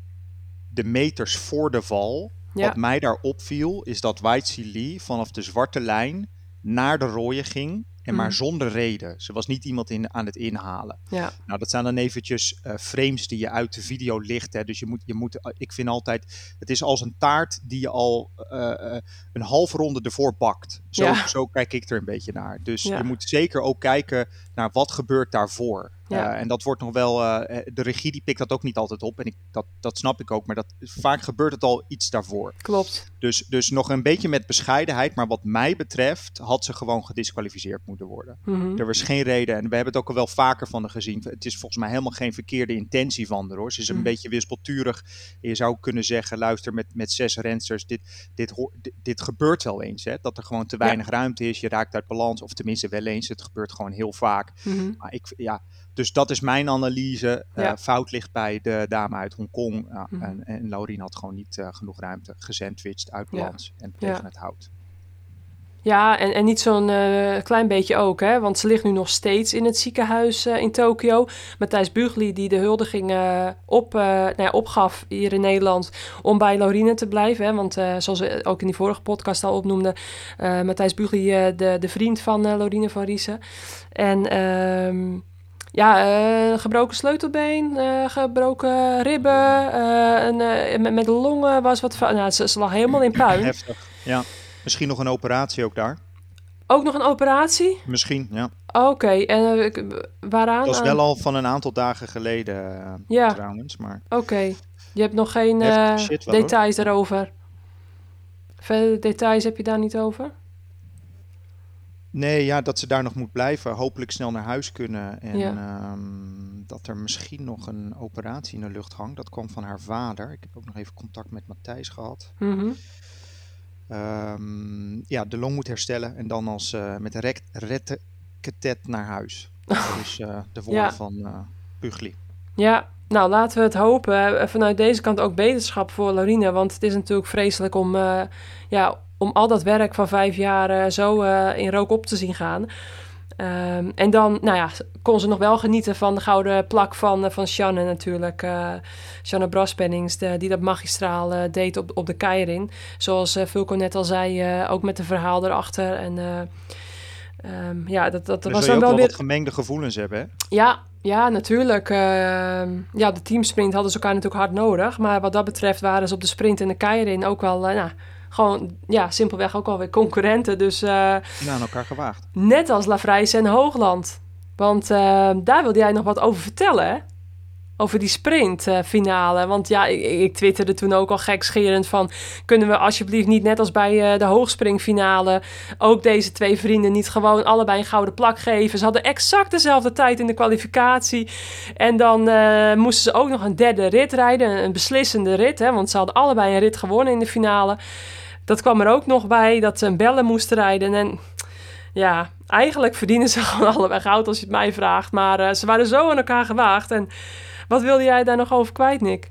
de meters voor de val... Ja. Wat mij daar opviel, is dat Waitili vanaf de zwarte lijn naar de rode ging. En mm. maar zonder reden. Ze was niet iemand in, aan het inhalen. Ja. Nou, dat zijn dan eventjes uh, frames die je uit de video licht. Hè. Dus je moet, je moet, uh, ik vind altijd, het is als een taart die je al uh, uh, een halve ronde ervoor bakt. Zo, ja. zo kijk ik er een beetje naar. Dus ja. je moet zeker ook kijken naar wat gebeurt daarvoor. Ja. Uh, en dat wordt nog wel, uh, de regie die pikt dat ook niet altijd op. En ik, dat, dat snap ik ook, maar dat, vaak gebeurt het al iets daarvoor. Klopt. Dus, dus nog een beetje met bescheidenheid, maar wat mij betreft had ze gewoon gedisqualificeerd moeten worden. Mm-hmm. Er was geen reden, en we hebben het ook al wel vaker van haar gezien. Het is volgens mij helemaal geen verkeerde intentie van haar, hoor. Ze is een mm. beetje wispelturig. Je zou kunnen zeggen, luister, met, met zes rensters, dit, dit, dit, dit gebeurt wel eens. Hè? Dat er gewoon te weinig ja. ruimte is, je raakt uit balans, of tenminste wel eens. Het gebeurt gewoon heel vaak. Mm-hmm. Maar ik, ja... Dus dat is mijn analyse. Ja. Uh, fout ligt bij de dame uit Hongkong. Uh, mm-hmm. en, en Laurien had gewoon niet uh, genoeg ruimte. Gesandwiched, uit balans ja. en tegen ja. het hout. Ja, en, en niet zo'n uh, klein beetje ook, hè? Want ze ligt nu nog steeds in het ziekenhuis uh, in Tokio. Matthijs Bugli, die de huldiging uh, op, uh, nou ja, opgaf hier in Nederland om bij Laurien te blijven. Hè? Want uh, zoals we ook in die vorige podcast al opnoemden, uh, Matthijs Bugli, uh, de, de vriend van uh, Laurien van Riesen. En... Uh, Ja, uh, gebroken sleutelbeen, uh, gebroken ribben, uh, een, uh, met, met de longen was wat... Va- nou, ze, ze lag helemaal in puin. Heftig, ja. Misschien nog een operatie ook daar. Ook nog een operatie? Misschien, ja. Oké, okay. en uh, waaraan? Dat was wel al van een aantal dagen geleden uh, ja. trouwens, maar... Oké, okay. Je hebt nog geen uh, shit, wel, details hoor. Daarover? Verder details heb je daar niet over? Nee, ja, dat ze daar nog moet blijven. Hopelijk snel naar huis kunnen. En ja. um, dat er misschien nog een operatie in de lucht hangt. Dat kwam van haar vader. Ik heb ook nog even contact met Matthijs gehad. Mm-hmm. Um, ja, de long moet herstellen. En dan als uh, met een retteketet naar huis. Dat is uh, de woorden ja. van uh, Bugli. Ja, nou laten we het hopen. Vanuit deze kant ook beterschap voor Laurien. Want het is natuurlijk vreselijk om... Uh, ja, om al dat werk van vijf jaar uh, zo uh, in rook op te zien gaan. Um, en dan, nou ja, kon ze nog wel genieten van de gouden plak van, uh, van Shanne natuurlijk. Uh, Shanne Braspennings, de, die dat magistraal uh, deed op, op de keirin. Zoals uh, Vulko net al zei, uh, ook met een verhaal erachter. En uh, um, ja, dat, dat dus was dan wel weer... weer... wat gemengde gevoelens hebben, hè? Ja, ja, natuurlijk. Uh, ja, de teamsprint hadden ze elkaar natuurlijk hard nodig. Maar wat dat betreft waren ze op de sprint en de keirin ook wel... Uh, nou, gewoon, ja, simpelweg ook alweer concurrenten. Dus, uh, ja, aan elkaar gewaagd. Net als Lavrijsen en Hoogland. Want uh, daar wilde jij nog wat over vertellen, hè? Over die sprintfinale. Uh, Want ja, ik, ik twitterde toen ook al gekscherend van... kunnen we alsjeblieft niet net als bij uh, de hoogspringfinale... ook deze twee vrienden niet gewoon allebei een gouden plak geven. Ze hadden exact dezelfde tijd in de kwalificatie. En dan uh, moesten ze ook nog een derde rit rijden. Een beslissende rit, hè? Want ze hadden allebei een rit gewonnen in de finale... Dat kwam er ook nog bij, dat ze een bellen moesten rijden. En ja, eigenlijk verdienen ze gewoon allebei goud als je het mij vraagt. Maar uh, ze waren zo aan elkaar gewaagd. En wat wilde jij daar nog over kwijt, Nick?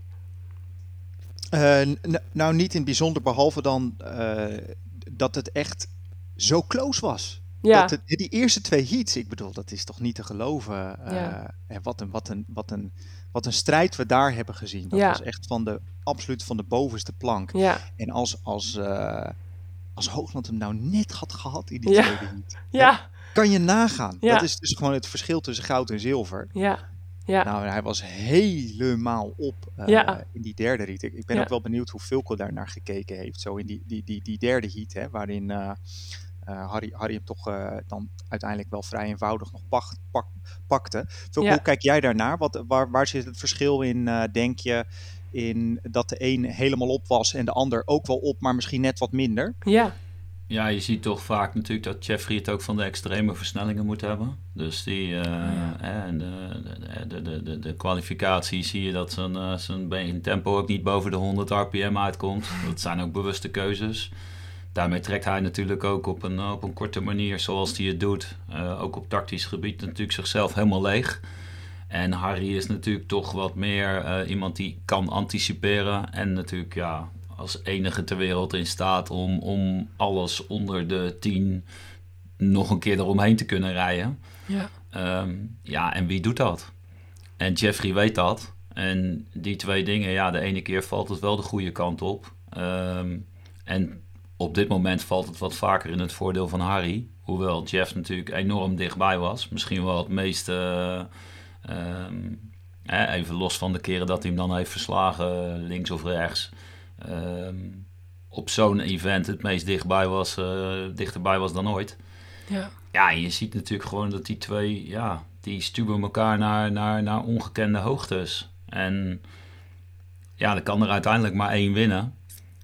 Uh, n- nou, niet in het bijzonder, behalve dan uh, dat het echt zo close was. Ja. Dat het, die eerste twee heats, ik bedoel, dat is toch niet te geloven. Uh, ja. wat, een, wat, een, wat, een, wat een strijd we daar hebben gezien. Dat ja. was echt van de, absoluut van de bovenste plank. Ja. En als, als, uh, als Hoogland hem nou net had gehad in die ja. tweede heat. Ja. Kan je nagaan. Ja. Dat is dus gewoon het verschil tussen goud en zilver. Ja. Ja. Nou, hij was helemaal op uh, ja. in die derde heat. Ik, ik ben ja. ook wel benieuwd hoe Vulko daar naar gekeken heeft. Zo in die, die, die, die derde heat, hè, waarin uh, uh, Harry, Harry hem toch uh, dan uiteindelijk wel vrij eenvoudig nog pak, pak, pakte. Vulko, ja. hoe kijk jij daarnaar? Wat, waar, waar zit het verschil in, uh, denk je, in dat de een helemaal op was en de ander ook wel op, maar misschien net wat minder? Ja. Ja, je ziet toch vaak natuurlijk dat Jeffrey het ook van de extreme versnellingen moet hebben. Dus die, uh, ja. en de, de, de, de, de kwalificatie zie je dat zijn, uh, zijn tempo ook niet boven de honderd R P M uitkomt. Dat zijn ook bewuste keuzes. Daarmee trekt hij natuurlijk ook op een, op een korte manier, zoals hij het doet, uh, ook op tactisch gebied natuurlijk zichzelf helemaal leeg. En Harry is natuurlijk toch wat meer uh, iemand die kan anticiperen en natuurlijk ja, als enige ter wereld in staat om, om alles onder de tien nog een keer eromheen te kunnen rijden. Ja. Um, ja, en wie doet dat? En Jeffrey weet dat. En die twee dingen, ja, de ene keer valt het wel de goede kant op. Um, en op dit moment valt het wat vaker in het voordeel van Harry. Hoewel Jeff natuurlijk enorm dichtbij was. Misschien wel het meeste... Uh, um, eh, even los van de keren dat hij hem dan heeft verslagen, links of rechts. Um, op zo'n event het meest dichtbij was, uh, dichterbij was dan ooit. Ja. Ja, en je ziet natuurlijk gewoon dat die twee, ja, die stuwen elkaar naar, naar, naar ongekende hoogtes. En ja, dan kan er uiteindelijk maar één winnen.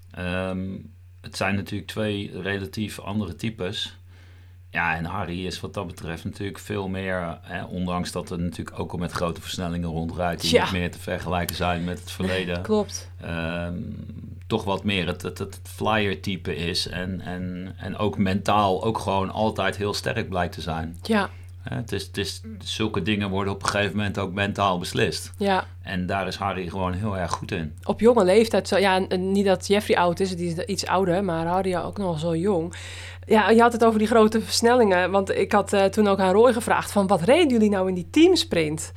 Um, het zijn natuurlijk twee relatief andere types. Ja, en Harry is wat dat betreft natuurlijk veel meer, hè, ondanks dat er natuurlijk ook al met grote versnellingen rondrijdt, die ja. niet meer te vergelijken zijn met het verleden. Klopt. Um, toch wat meer het, het, het flyer-type is en, en, en ook mentaal ook gewoon altijd heel sterk blijkt te zijn. Ja. Uh, het is, het is, zulke dingen worden op een gegeven moment ook mentaal beslist. Ja. En daar is Harry gewoon heel erg goed in. Op jonge leeftijd, ja, niet dat Jeffrey oud is, die is iets ouder, maar Harry ook nog zo jong. Ja, je had het over die grote versnellingen, want ik had uh, toen ook aan Roy gevraagd van wat reden jullie nou in die teamsprint?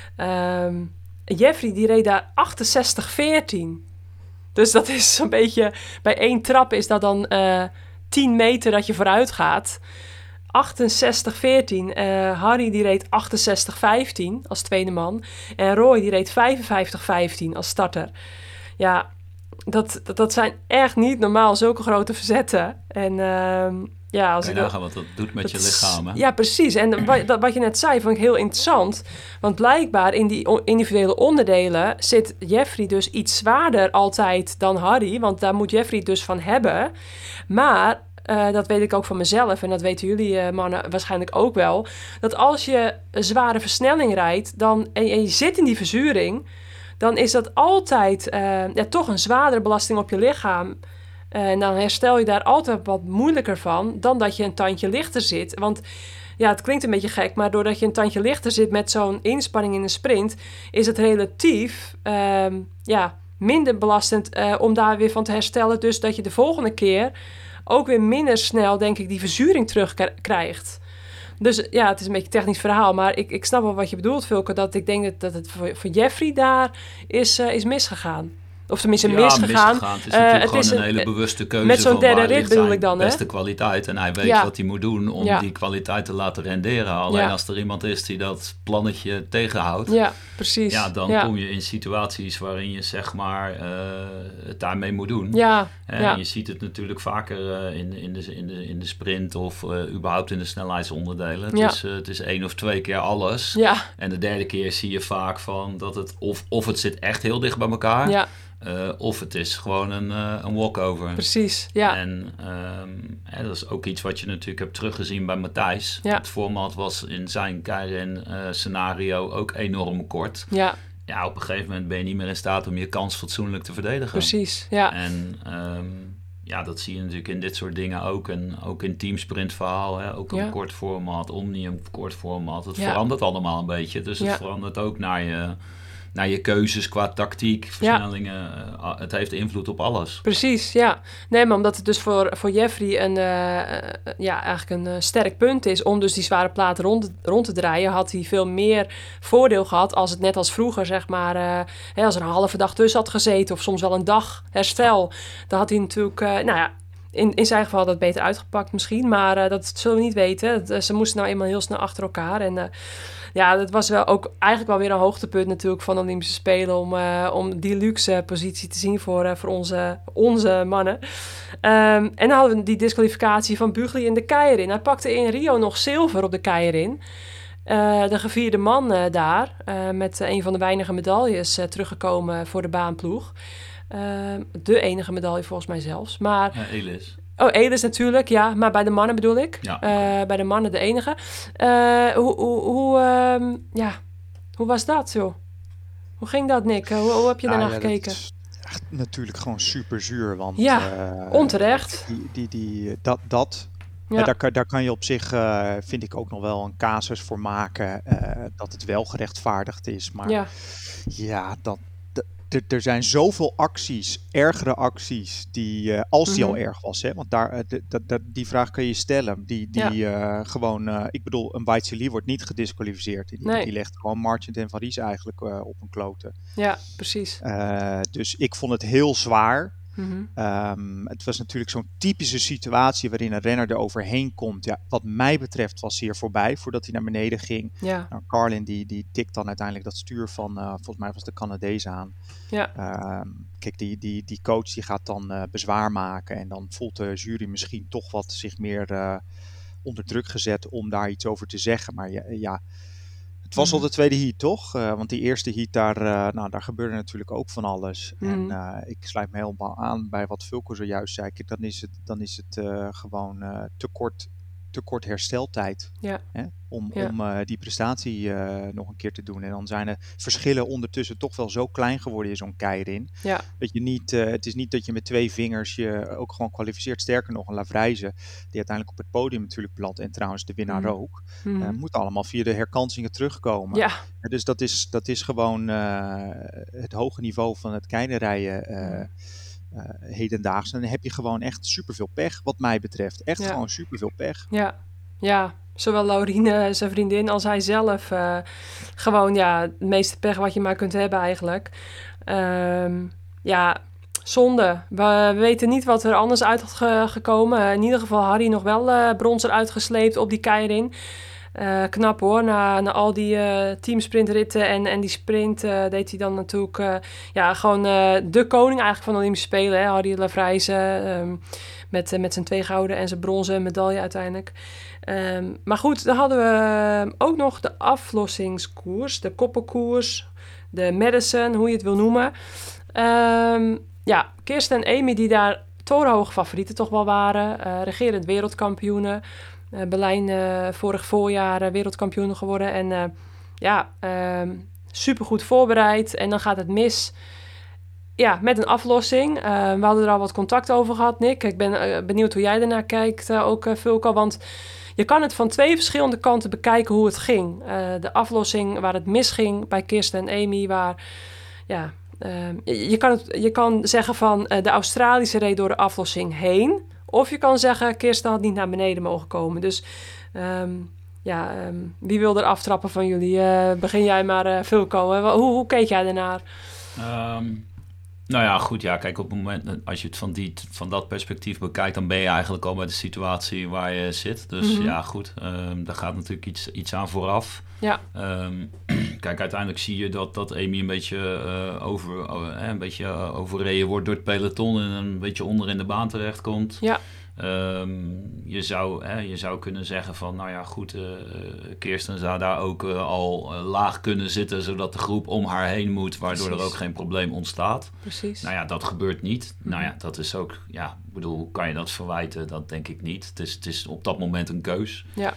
Um, Jeffrey die reed daar achtenzestig veertien. Dus dat is zo'n beetje, bij één trap is dat dan uh, tien meter dat je vooruit gaat. achtenzestig veertien. Uh, Harry die reed achtenzestig vijftien als tweede man. En Roy die reed vijfenvijftig vijftien als starter. Ja, dat, dat, dat zijn echt niet normaal zulke grote verzetten. En uh, ja, als Kan je nagaan wat dat doet met dat, je lichaam, hè? Ja, precies. En wat, dat, wat je net zei, vond ik heel interessant. Want blijkbaar in die individuele onderdelen zit Jeffrey dus iets zwaarder altijd dan Harry. Want daar moet Jeffrey het dus van hebben. Maar... Uh, dat weet ik ook van mezelf en dat weten jullie uh, mannen waarschijnlijk ook wel. Dat als je een zware versnelling rijdt dan, en, en je zit in die verzuring... dan is dat altijd uh, ja, toch een zwaardere belasting op je lichaam. Uh, en dan herstel je daar altijd wat moeilijker van dan dat je een tandje lichter zit. Want ja, het klinkt een beetje gek, maar doordat je een tandje lichter zit met zo'n inspanning in een sprint... is het relatief uh, ja, minder belastend uh, om daar weer van te herstellen. Dus dat je de volgende keer... ook weer minder snel, denk ik, die verzuring terugkrijgt. Dus ja, het is een beetje een technisch verhaal. Maar ik, ik snap wel wat je bedoelt, Vulke. Dat ik denk dat, dat het voor, voor Jeffrey daar is, uh, is misgegaan. Of tenminste ja, misgegaan. misgegaan. Het is natuurlijk uh, het gewoon is een, een hele bewuste keuze met zo'n van derde waar rit ligt bedoel zijn ik dan, beste hè? kwaliteit. En hij weet ja. wat hij moet doen om ja. die kwaliteit te laten renderen. Alleen ja. als er iemand is die dat plannetje tegenhoudt... Ja, precies. Ja, dan ja. kom je in situaties waarin je zeg maar uh, het daarmee moet doen. Ja. En ja. je ziet het natuurlijk vaker uh, in, in, de, in, de, in de sprint of uh, überhaupt in de snelheidsonderdelen. Het, ja. is, uh, het is één of twee keer alles. Ja. En de derde keer zie je vaak van dat het of, of het zit echt heel dicht bij elkaar. Ja. Uh, of het is gewoon een, uh, een walkover. Precies, ja. En um, hè, dat is ook iets wat je natuurlijk hebt teruggezien bij Matthijs. Ja. Het format was in zijn Keirin uh, scenario ook enorm kort. Ja. Ja, op een gegeven moment ben je niet meer in staat om je kans fatsoenlijk te verdedigen. Precies, ja. En um, ja, dat zie je natuurlijk in dit soort dingen ook. En ook in teamsprintverhaal, hè, ook ja. een kort format, omnium kort format. Het ja. verandert allemaal een beetje. Dus het ja. verandert ook naar je... naar je keuzes qua tactiek, versnellingen. Ja. Het heeft invloed op alles. Precies, ja. Nee, maar omdat het dus voor, voor Jeffrey een, uh, ja, eigenlijk een uh, sterk punt is... om dus die zware platen rond, rond te draaien... had hij veel meer voordeel gehad als het net als vroeger, zeg maar... Uh, hè, als er een halve dag tussen had gezeten... of soms wel een dag herstel... dan had hij natuurlijk... Uh, nou ja, in, in zijn geval dat beter uitgepakt misschien... maar uh, dat zullen we niet weten. Dat, ze moesten nou eenmaal heel snel achter elkaar... en uh, ja, dat was wel ook eigenlijk wel weer een hoogtepunt natuurlijk van de Olympische Spelen... om, uh, om die luxe positie te zien voor, uh, voor onze, onze mannen. Um, en dan hadden we die disqualificatie van Bugli in de Keirin. Hij pakte in Rio nog zilver op de Keirin. Uh, de gevierde man uh, daar, uh, met uh, een van de weinige medailles uh, teruggekomen voor de baanploeg. Uh, de enige medaille volgens mij zelfs. Maar, ja, Elis. Oh, Elis natuurlijk, ja. Maar bij de mannen bedoel ik. Ja. Uh, bij de mannen de enige. Uh, hoe, hoe, hoe, uh, ja. hoe was dat, joh? Hoe ging dat, Nick? Hoe, hoe heb je nou, daarna ja, gekeken? Dat is echt natuurlijk gewoon super zuur. Want, ja, uh, onterecht. Die, die, die, dat... dat Ja. Ja, daar, kan, daar kan je op zich, uh, vind ik ook nog wel een casus voor maken, uh, dat het wel gerechtvaardigd is. Maar ja, ja dat, d- d- er zijn zoveel acties, ergere acties, die, uh, als die mm-hmm. al erg was, hè, want daar, uh, d- d- d- die vraag kun je stellen. Die, die ja. uh, gewoon, uh, ik bedoel, een Waitsili wordt niet gedisqualificeerd. Die, nee. die legt gewoon Marchant en Van Ries eigenlijk uh, op een kloten. Ja, precies. Uh, dus ik vond het heel zwaar. Mm-hmm. Um, het was natuurlijk zo'n typische situatie waarin een renner er overheen komt. Ja, wat mij betreft was hij er voorbij voordat hij naar beneden ging. Ja. Nou, Carlin die, die tikt dan uiteindelijk dat stuur van, uh, volgens mij was de Canadees aan. Ja. Um, kijk, die, die, die coach die gaat dan uh, bezwaar maken en dan voelt de jury misschien toch wat zich meer uh, onder druk gezet om daar iets over te zeggen. Maar ja... ja Het was mm. al de tweede heat, toch? Uh, want die eerste heat, daar, uh, nou, daar gebeurde natuurlijk ook van alles. Mm. En uh, ik sluit me helemaal aan bij wat Vulko zojuist zei. Kijk, dan is het, dan is het uh, gewoon uh, te kort, te kort hersteltijd. Ja. Hè? Om, ja. om uh, die prestatie uh, nog een keer te doen. En dan zijn de verschillen ondertussen toch wel zo klein geworden in zo'n keirin. Ja. Dat je niet, uh, het is niet dat je met twee vingers je ook gewoon kwalificeert. Sterker nog, een Lavrijze, die uiteindelijk op het podium natuurlijk belandt. En trouwens de winnaar mm. ook. Mm. Uh, moet allemaal via de herkansingen terugkomen. Ja. Uh, dus dat is, dat is gewoon uh, het hoge niveau van het keidenrijden uh, uh, hedendaags. En dan heb je gewoon echt superveel pech, wat mij betreft. Echt ja. gewoon superveel pech. Ja, ja. Zowel Laurine, zijn vriendin, als hij zelf. Uh, gewoon, ja, het meeste pech wat je maar kunt hebben eigenlijk. Um, ja, zonde. We, we weten niet wat er anders uit had ge- gekomen. Uh, in ieder geval Harry nog wel uh, brons eruit gesleept op die keirin. Uh, knap hoor, na, na al die uh, teamsprintritten en, en die sprint uh, deed hij dan natuurlijk uh, ja, gewoon uh, de koning eigenlijk van de Olympische Spelen. Hè? Harry Lavrijze um, met, uh, met zijn twee gouden en zijn bronzen medaille uiteindelijk. Um, maar goed, dan hadden we ook nog de aflossingskoers, de koppelkoers, de Madison, hoe je het wil noemen. Um, ja, Kirsten en Amy die daar torenhoge favorieten toch wel waren, uh, regerend wereldkampioenen. Uh, Berlijn uh, vorig voorjaar uh, wereldkampioen geworden. En uh, ja, uh, supergoed voorbereid. En dan gaat het mis. Ja, met een aflossing. Uh, we hadden er al wat contact over gehad, Nick. Ik ben uh, benieuwd hoe jij ernaar kijkt, uh, ook uh, Vulko. Want je kan het van twee verschillende kanten bekijken hoe het ging. Uh, de aflossing waar het misging bij Kirsten en Amy. Waar, ja, uh, je, je, kan het, je kan zeggen van uh, de Australische reed door de aflossing heen. Of je kan zeggen, Kirsten had niet naar beneden mogen komen. Dus um, ja, um, wie wil er aftrappen van jullie? Uh, begin jij maar, uh, Vulko. Hoe, hoe keek jij ernaar? Um, nou ja, goed. Ja, kijk, op het moment, als je het van, die, van dat perspectief bekijkt, dan ben je eigenlijk al bij de situatie waar je zit. Dus mm-hmm. ja, goed. Um, daar gaat natuurlijk iets, iets aan vooraf. Ja. Um, kijk, uiteindelijk zie je dat, dat Amy een beetje, uh, over, uh, een beetje uh, overreden wordt door het peloton en een beetje onder in de baan terechtkomt. Ja. Um, je, zou, hè, je zou kunnen zeggen van, nou ja, goed, uh, Kirsten zou daar ook uh, al uh, laag kunnen zitten, zodat de groep om haar heen moet, waardoor Precies. er ook geen probleem ontstaat. Precies. Nou ja, dat gebeurt niet. Mm-hmm. Nou ja, dat is ook, ja, ik bedoel, hoe kan je dat verwijten? Dat denk ik niet. Het is, het is op dat moment een keus. Ja.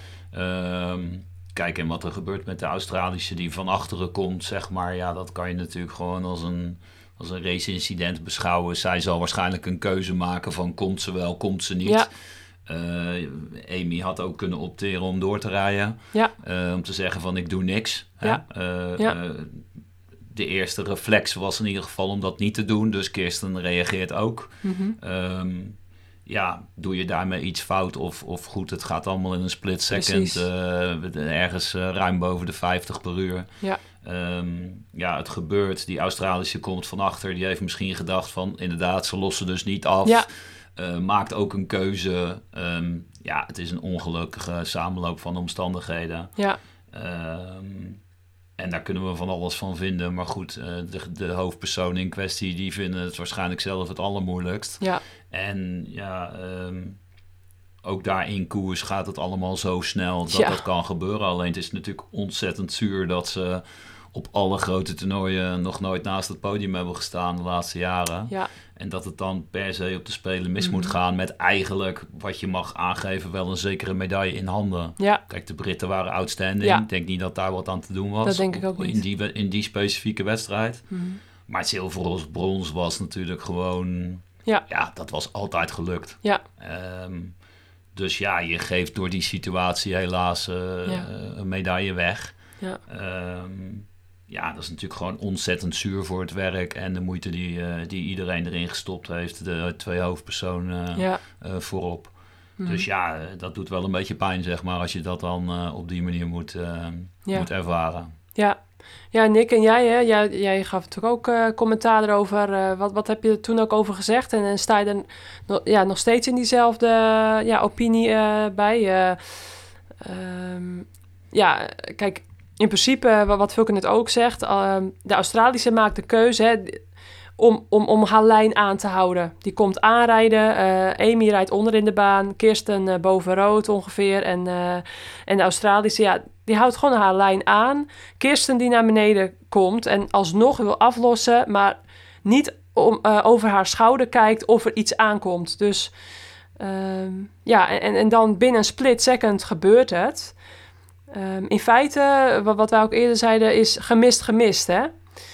Um, Kijk, en wat er gebeurt met de Australische die van achteren komt, zeg maar, ja, dat kan je natuurlijk gewoon als een, als een race-incident beschouwen. Zij zal waarschijnlijk een keuze maken van komt ze wel, komt ze niet. Ja. Uh, Amy had ook kunnen opteren om door te rijden. Ja. Uh, om te zeggen van ik doe niks. Ja. Uh, ja. Uh, de eerste reflex was in ieder geval om dat niet te doen. Dus Kirsten reageert ook. Mm-hmm. Um, Ja, doe je daarmee iets fout of, of goed, het gaat allemaal in een split second, uh, ergens uh, ruim boven de vijftig per uur. Ja. Um, ja, het gebeurt. Die Australische komt van achter, die heeft misschien gedacht van, inderdaad, ze lossen dus niet af. Ja. Uh, maakt ook een keuze. Um, ja, het is een ongelukkige samenloop van omstandigheden. Ja. Um, En daar kunnen we van alles van vinden. Maar goed, uh, de, de hoofdpersonen in kwestie, die vinden het waarschijnlijk zelf het allermoeilijkst. Ja. En ja, um, ook daar in koers gaat het allemaal zo snel dat ja. dat kan gebeuren. Alleen het is natuurlijk ontzettend zuur dat ze op alle grote toernooien nog nooit naast het podium hebben gestaan de laatste jaren. Ja. En dat het dan per se op de Spelen mis mm-hmm. moet gaan met eigenlijk, wat je mag aangeven, wel een zekere medaille in handen. Ja. Kijk, de Britten waren outstanding. Ja. Ik denk niet dat daar wat aan te doen was. Dat denk ik ook in niet. Die, in die specifieke wedstrijd. Mm-hmm. Maar het zilver of brons was natuurlijk gewoon... Ja. Ja, dat was altijd gelukt. Ja. Um, dus ja, je geeft door die situatie helaas uh, ja. een medaille weg. Ja. Um, ja, dat is natuurlijk gewoon ontzettend zuur voor het werk en de moeite die, uh, die iedereen erin gestopt heeft. De twee hoofdpersonen ja. uh, voorop. Mm. Dus ja, dat doet wel een beetje pijn, zeg maar, als je dat dan uh, op die manier moet, uh, ja. moet ervaren. Ja. Ja, Nick en jij, hè? Jij, jij gaf natuurlijk ook uh, commentaar erover. Uh, wat, wat heb je er toen ook over gezegd? En, en sta je er no, ja, nog steeds in diezelfde ja, opinie uh, bij? Uh, um, ja, kijk, in principe, wat Vulke net ook zegt... Uh, de Australische maakt de keuze hè, om, om, om haar lijn aan te houden. Die komt aanrijden. Uh, Amy rijdt onder in de baan. Kirsten uh, boven rood ongeveer. En, uh, en de Australische, ja... Die houdt gewoon haar lijn aan. Kirsten die naar beneden komt en alsnog wil aflossen, maar niet om, uh, over haar schouder kijkt of er iets aankomt. Dus um, ja, en, en dan binnen een split second gebeurt het. Um, in feite, wat, wat wij ook eerder zeiden, is gemist gemist, hè?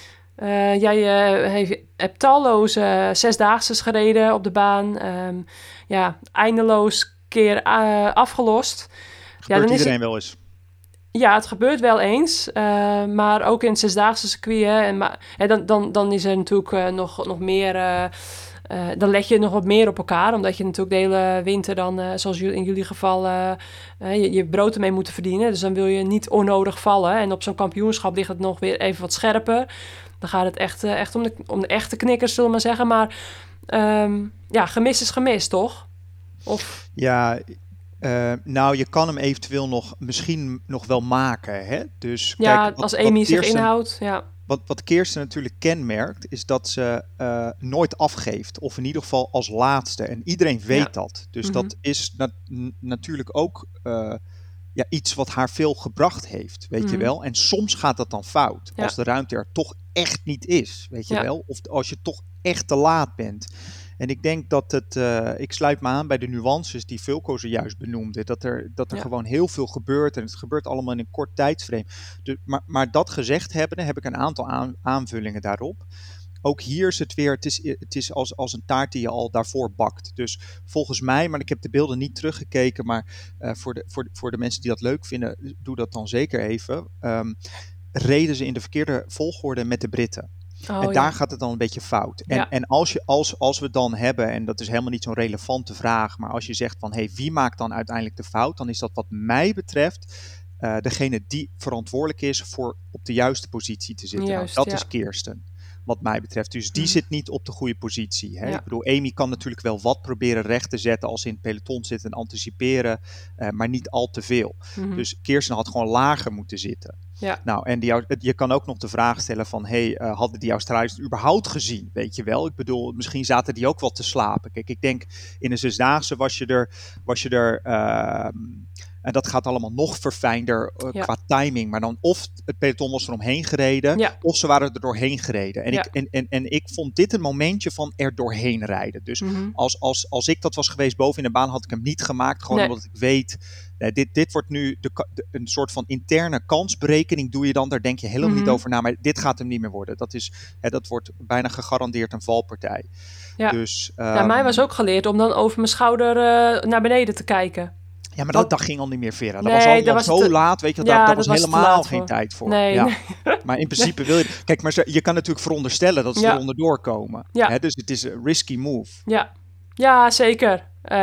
Uh, jij uh, heeft, hebt talloze zesdaagses gereden op de baan. Um, ja, eindeloos keer uh, afgelost. Gebeurt ja, dan iedereen is het, wel eens. Ja, het gebeurt wel eens, uh, maar ook in het zesdaagse circuit. Hè, en maar, hè, dan, dan, dan is er natuurlijk uh, nog, nog meer... Uh, uh, dan leg je nog wat meer op elkaar, omdat je natuurlijk de hele winter dan, uh, zoals jullie, in jullie geval, uh, uh, je, je brood ermee moet verdienen. Dus dan wil je niet onnodig vallen. En op zo'n kampioenschap ligt het nog weer even wat scherper. Dan gaat het echt, uh, echt om, de, om de echte knikkers, zullen we maar zeggen. Maar um, ja, gemist is gemist, toch? Of... Ja... Uh, nou, je kan hem eventueel nog misschien nog wel maken. Hè? Dus, ja, kijk, wat, als Amy wat zich Kirsten, inhoudt. Ja. Wat, wat Kirsten natuurlijk kenmerkt, is dat ze uh, nooit afgeeft. Of in ieder geval als laatste. En iedereen weet ja. dat. Dus mm-hmm. dat is na- n- natuurlijk ook uh, ja, iets wat haar veel gebracht heeft. Weet mm-hmm. je wel? En soms gaat dat dan fout. Ja. Als de ruimte er toch echt niet is. Weet je ja. wel? Of als je toch echt te laat bent. En ik denk dat het, uh, ik sluit me aan bij de nuances die Vulko zojuist benoemde. Dat er, dat er ja. gewoon heel veel gebeurt en het gebeurt allemaal in een kort tijdsframe. Dus, maar, maar dat gezegd hebbende heb ik een aantal aan, aanvullingen daarop. Ook hier is het weer, het is, het is als, als een taart die je al daarvoor bakt. Dus volgens mij, maar ik heb de beelden niet teruggekeken, maar uh, voor, de, voor, de, voor de mensen die dat leuk vinden, doe dat dan zeker even. Um, reden ze in de verkeerde volgorde met de Britten. Oh, en daar ja. gaat het dan een beetje fout. En, ja. en als, je, als, als we dan hebben, en dat is helemaal niet zo'n relevante vraag, maar als je zegt van, hey, wie maakt dan uiteindelijk de fout? Dan is dat wat mij betreft uh, degene die verantwoordelijk is voor op de juiste positie te zitten. Juist, nou, dat ja. is Kirsten, wat mij betreft. Dus die mm. zit niet op de goede positie. Hè? Ja. Ik bedoel, Amy kan natuurlijk wel wat proberen recht te zetten als ze in het peloton zit en anticiperen, uh, maar niet al te veel. Mm-hmm. Dus Kirsten had gewoon lager moeten zitten. Ja. Nou, en die, je kan ook nog de vraag stellen van, hey, uh, hadden die Australiërs het überhaupt gezien? Weet je wel? Ik bedoel, misschien zaten die ook wel te slapen. Kijk, ik denk, in een zesdaagse was je er, was je er uh, en dat gaat allemaal nog verfijnder uh, ja. qua timing. Maar dan of het peloton was er omheen gereden, ja. of ze waren er doorheen gereden. En, ja. ik, en, en, en ik vond dit een momentje van er doorheen rijden. Dus mm-hmm. als, als, als ik dat was geweest boven in de baan, had ik hem niet gemaakt. Gewoon nee. omdat ik weet, uh, dit, dit wordt nu de, de, een soort van interne kansberekening doe je dan. Daar denk je helemaal mm-hmm. niet over na. Maar dit gaat hem niet meer worden. Dat, is, hè, dat wordt bijna gegarandeerd een valpartij. Ja. Dus, um, ja, mij was ook geleerd om dan over mijn schouder uh, naar beneden te kijken. Ja, maar dat, dat ging al niet meer, Vera. Dat nee, was allemaal dat was zo te... laat, weet je, ja, daar, daar dat was, was helemaal geen voor. tijd voor. Nee, ja. nee. Maar in principe wil je... Kijk, maar je kan natuurlijk veronderstellen dat ze ja. er onderdoor komen. Ja. Hè, dus het is een risky move. Ja, ja zeker.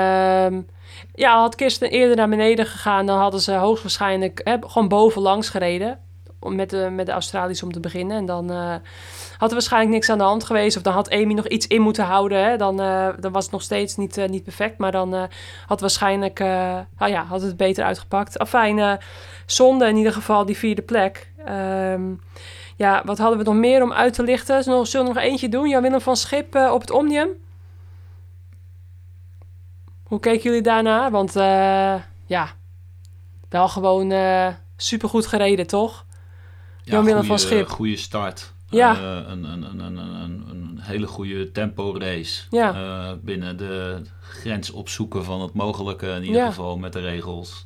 Um, ja, had Kirsten eerder naar beneden gegaan, dan hadden ze hoogstwaarschijnlijk hè, gewoon bovenlangs gereden. Met de, met de Australiërs om te beginnen. En dan uh, had er waarschijnlijk niks aan de hand geweest. Of dan had Amy nog iets in moeten houden. Hè. Dan, uh, dan was het nog steeds niet, uh, niet perfect. Maar dan uh, had waarschijnlijk... Uh, nou ja, had het beter uitgepakt. Afijn, uh, zonde in ieder geval die vierde plek. Um, ja, wat hadden we nog meer om uit te lichten? Zullen we nog eentje doen? Jan-Willem van Schip uh, op het Omnium. Hoe keken jullie daarna? Want uh, ja, wel gewoon uh, supergoed gereden, toch? Jan-Willem van Schip. Goede start. Ja. Uh, een, een, een, een, een, een hele goede tempo race. Ja. Uh, binnen de grens opzoeken van het mogelijke in ieder ja. geval met de regels.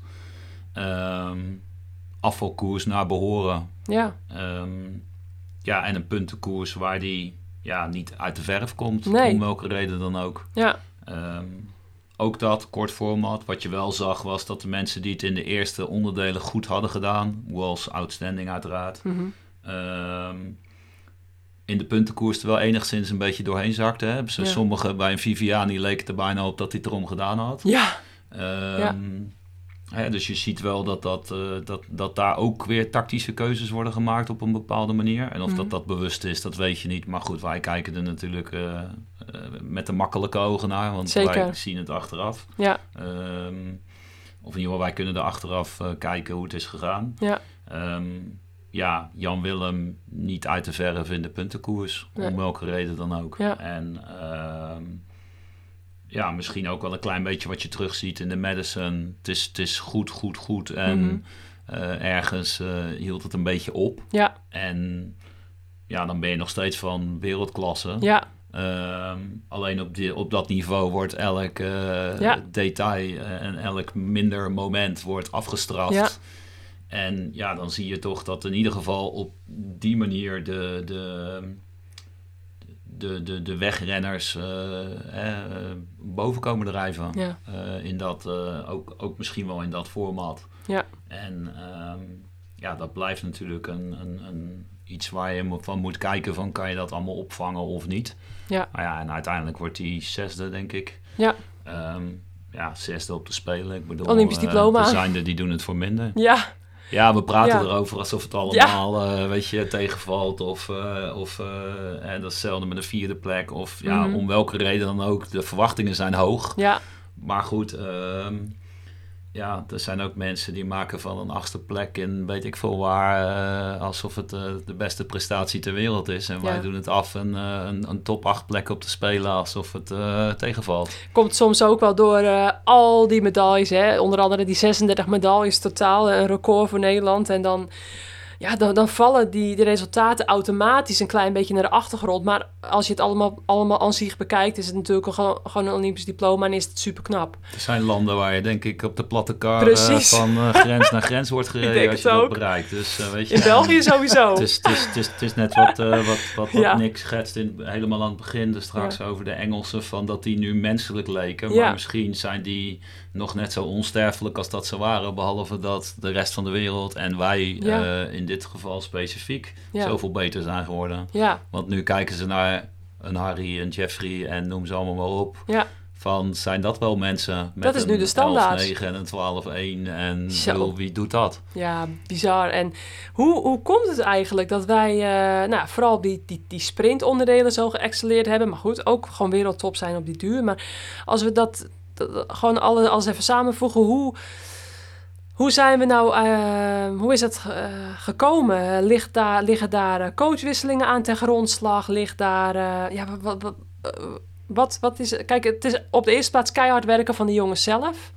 Um, afvalkoers naar behoren. Ja. Um, ja, en een puntenkoers waar die ja, niet uit de verf komt. Nee. Om welke reden dan ook. Ja. Um, ook dat, kort format. Wat je wel zag was dat de mensen die het in de eerste onderdelen goed hadden gedaan. Was outstanding uiteraard. Mm-hmm. Um, in de puntenkoers er wel enigszins een beetje doorheen zakte. Hè? Dus ja. Sommigen bij een Viviani leek het er bijna op dat hij het erom gedaan had. Ja. Um, ja. Hè, dus je ziet wel dat, dat, uh, dat, dat daar ook weer tactische keuzes worden gemaakt op een bepaalde manier. En of mm. dat dat bewust is, dat weet je niet. Maar goed, wij kijken er natuurlijk uh, uh, met de makkelijke ogen naar. Want Zeker. Wij zien het achteraf. Ja. Um, of in ieder geval, wij kunnen er achteraf uh, kijken hoe het is gegaan. Ja. Um, ja, Jan-Willem niet uit de verf in de puntenkoers. Nee. Om welke reden dan ook. Ja. En um, ja, misschien ook wel een klein beetje wat je terugziet in de Madison. Het is, het is goed, goed, goed. En mm-hmm. uh, ergens uh, hield het een beetje op. Ja. En ja, dan ben je nog steeds van wereldklasse. Ja. Um, alleen op, die, op dat niveau wordt elk uh, ja. detail uh, en elk minder moment wordt afgestraft. Ja. En ja, dan zie je toch dat in ieder geval op die manier de, de, de, de, de wegrenners uh, eh, boven komen drijven. Ja. Uh, in dat, uh, ook, ook misschien wel in dat format. Ja. En um, ja, dat blijft natuurlijk een, een, een iets waar je van moet kijken van kan je dat allemaal opvangen of niet. Ja. Maar ja, en uiteindelijk wordt die zesde, denk ik. Ja. Um, ja, zesde op de Spelen. Ik bedoel, Olympisch diploma. Uh, er zijn er die doen het voor minder. Ja. Ja, we praten ja. erover alsof het allemaal, ja. uh, weet je, tegenvalt. Of, uh, of uh, hè, dat is hetzelfde met een vierde plek. Of ja, mm-hmm. om welke reden dan ook. De verwachtingen zijn hoog. Ja. Maar goed, uh, ja, er zijn ook mensen die maken van een achtste plek in weet ik veel waar. Uh, alsof het uh, de beste prestatie ter wereld is. En ja. wij doen het af en uh, een, een top acht plek op te spelen alsof het uh, tegenvalt. Komt soms ook wel door uh, al die medailles. Hè? Onder andere die zesendertig medailles totaal. Een record voor Nederland. En dan, ja, dan, dan vallen die, die resultaten automatisch een klein beetje naar de achtergrond. Maar als je het allemaal, allemaal aan zich bekijkt, is het natuurlijk gewoon, gewoon een Olympisch diploma en is het super knap. Er zijn landen waar je denk ik op de platte kar uh, van uh, grens naar grens wordt gereden als je dat bereikt. Dus, uh, weet je, in België sowieso. Het is, het is, het is, het is net wat, uh, wat, wat, wat ja. Nick schetst in, helemaal aan het begin. Dus straks ja. over de Engelsen, van dat die nu menselijk leken. Maar ja. misschien zijn die nog net zo onsterfelijk als dat ze waren. Behalve dat de rest van de wereld en wij ja. uh, in dit geval specifiek ja. zoveel beter zijn geworden. Ja. Want nu kijken ze naar een Harry, een Jeffrey en noem ze allemaal maar op. Ja. Van, zijn dat wel mensen met dat is een nu de standaard. elf negen en een twaalf één en bedoel, wie doet dat? Ja, bizar. En hoe, hoe komt het eigenlijk dat wij uh, nou, vooral die, die, die sprintonderdelen zo geëxcelleerd hebben, maar goed, ook gewoon wereldtop zijn op die duur. Maar als we dat, dat gewoon alle, alles even samenvoegen, hoe... Hoe zijn we nou, uh, hoe is het uh, gekomen? Ligt daar, liggen daar uh, coachwisselingen aan ten grondslag? Ligt daar, uh, ja, wat, wat, uh, wat, wat is, kijk, het is op de eerste plaats keihard werken van de jongens zelf.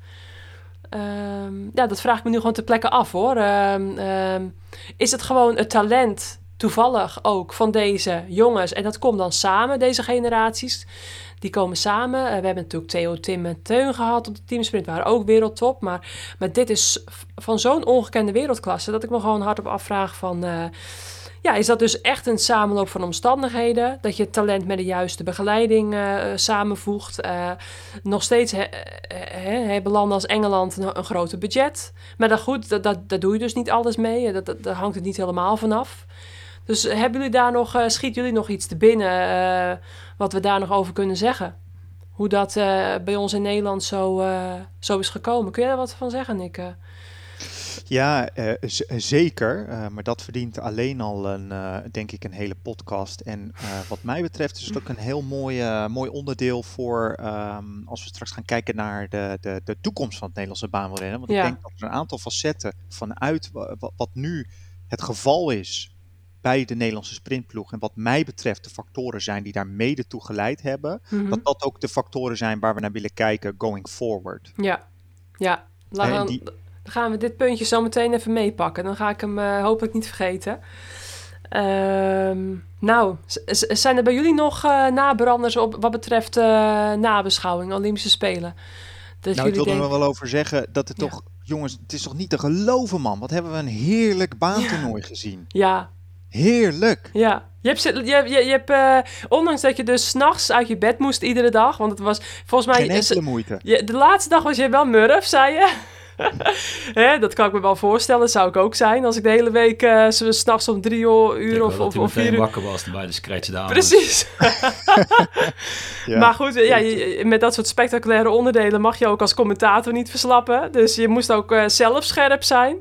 Um, ja, dat vraag ik me nu gewoon ter plekke af, hoor. Um, um, is het gewoon het talent, toevallig ook, van deze jongens? En dat komt dan samen, deze generaties. Die komen samen. Uh, we hebben natuurlijk Theo, Tim en Teun gehad op de teamsprint. Waren ook wereldtop. Maar, maar dit is van zo'n ongekende wereldklasse dat ik me gewoon hardop afvraag van... Uh, ja, is dat dus echt een samenloop van omstandigheden? Dat je het talent met de juiste begeleiding uh, samenvoegt. Uh, nog steeds he, he, he, belanden als Engeland een, een groter budget. Maar dan goed, dat, dat, daar doe je dus niet alles mee. Dat, dat, daar hangt het niet helemaal vanaf. Dus hebben jullie daar nog, uh, schiet jullie nog iets te binnen uh, wat we daar nog over kunnen zeggen? Hoe dat uh, bij ons in Nederland zo, uh, zo is gekomen. Kun je daar wat van zeggen, Nick? Uh, Ja, uh, z- zeker. Uh, maar dat verdient alleen al een, uh, denk ik, een hele podcast. En uh, wat mij betreft is het ook een heel mooi, uh, mooi onderdeel voor um, als we straks gaan kijken naar de, de, de toekomst van het Nederlandse baanwielrennen. Want ja. ik denk dat er een aantal facetten vanuit wat, wat nu het geval is bij de Nederlandse sprintploeg en wat mij betreft de factoren zijn die daar mede toe geleid hebben, mm-hmm. dat dat ook de factoren zijn waar we naar willen kijken going forward. Ja, ja. Laat En die, Dan gaan we dit puntje zo meteen even meepakken. Dan ga ik hem uh, hopelijk niet vergeten. Um, nou, z- zijn er bij jullie nog uh, nabranders op wat betreft uh, nabeschouwing, Olympische Spelen? Dat nou, ik wil er denken... wel over zeggen dat het ja. toch... Jongens, het is toch niet te geloven, man. Wat hebben we een heerlijk baantoernooi ja. gezien. Ja. Heerlijk. Ja. Je hebt, je, je, je hebt uh, ondanks dat je dus 's nachts uit je bed moest iedere dag, want het was volgens mij... Geen enkele moeite. Je, de laatste dag was je wel murf, zei je. Hè, dat kan ik me wel voorstellen. Dat zou ik ook zijn als ik de hele week uh, 's nachts om drie uur of, of, of vier uur... wakker was bij de scratch dames. Precies. ja. Maar goed, ja, je, met dat soort spectaculaire onderdelen mag je ook als commentator niet verslappen. Dus je moest ook uh, zelf scherp zijn.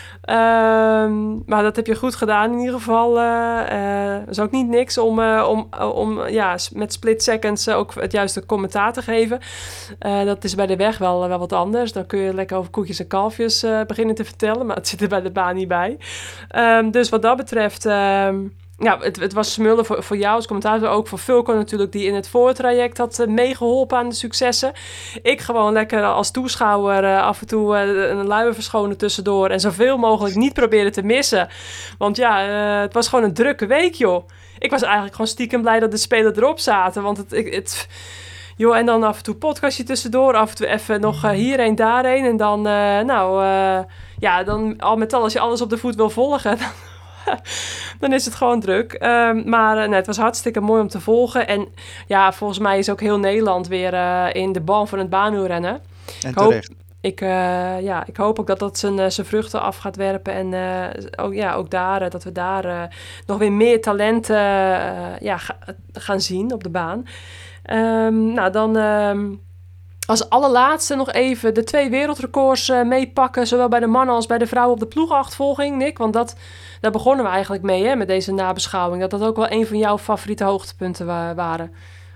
Um, maar dat heb je goed gedaan in ieder geval. Uh, uh, is ook niet niks om, uh, om, uh, om ja, met split seconds uh, ook het juiste commentaar te geven. Uh, dat is bij de weg wel, uh, wel wat anders. Dan kun je lekker over koetjes en kalfjes uh, beginnen te vertellen. Maar het zit er bij de baan niet bij. Um, dus wat dat betreft... Um, Ja, het, het was smullen voor, voor jou als commentator, ook voor Fulco natuurlijk, die in het voortraject had uh, meegeholpen aan de successen. Ik gewoon lekker als toeschouwer uh, af en toe uh, een luier verschonen tussendoor en zoveel mogelijk niet proberen te missen. Want ja, uh, het was gewoon een drukke week, joh. Ik was eigenlijk gewoon stiekem blij dat de spelers erop zaten, want het... het, het joh, en dan af en toe podcastje tussendoor, af en toe even nog uh, hierheen, daarheen. En dan, uh, nou, uh, ja, dan al met al, als je alles op de voet wil volgen... Dan, dan is het gewoon druk. Um, maar uh, nee, het was hartstikke mooi om te volgen. En ja, volgens mij is ook heel Nederland weer uh, in de ban van het baanwielrennen. En terecht. Ik, uh, ja, ik hoop ook dat dat zijn, uh, zijn vruchten af gaat werpen. En uh, ook, ja, ook daar, uh, dat we daar uh, nog weer meer talenten uh, ja, ga, gaan zien op de baan. Um, nou, dan... Um, Als allerlaatste nog even de twee wereldrecords uh, meepakken, zowel bij de mannen als bij de vrouwen op de ploegachtervolging, Nick. Want dat, daar begonnen we eigenlijk mee, hè, met deze nabeschouwing. Dat dat ook wel een van jouw favoriete hoogtepunten wa- waren.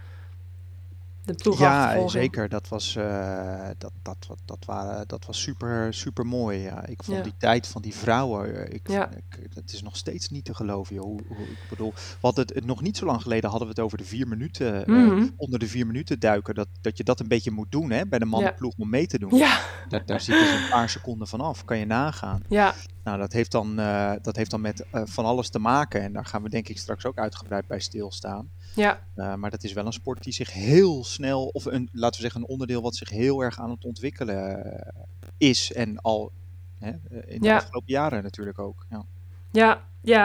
De ploegachtervolging. Ja, zeker. Dat was, uh, dat, dat, dat, dat, waren, dat was super, super mooi. Ja. Ik vond ja. die tijd van die vrouwen, ik, ja. ik, het is nog steeds niet te geloven. Joh. Hoe, hoe, ik bedoel, wat het, het nog niet zo lang geleden hadden we het over de vier minuten, mm-hmm. uh, onder de vier minuten duiken. Dat, dat je dat een beetje moet doen, hè, bij de mannenploeg ja. om mee te doen. Ja. Daar, daar zitten ze een paar seconden van af, kan je nagaan. Ja. Nou, dat heeft dan, uh, dat heeft dan met uh, van alles te maken. En daar gaan we denk ik straks ook uitgebreid bij stilstaan. Ja. Uh, maar dat is wel een sport die zich heel snel, of een, laten we zeggen een onderdeel wat zich heel erg aan het ontwikkelen uh, is. En al hè, in de ja. afgelopen jaren natuurlijk ook. Ja, ja,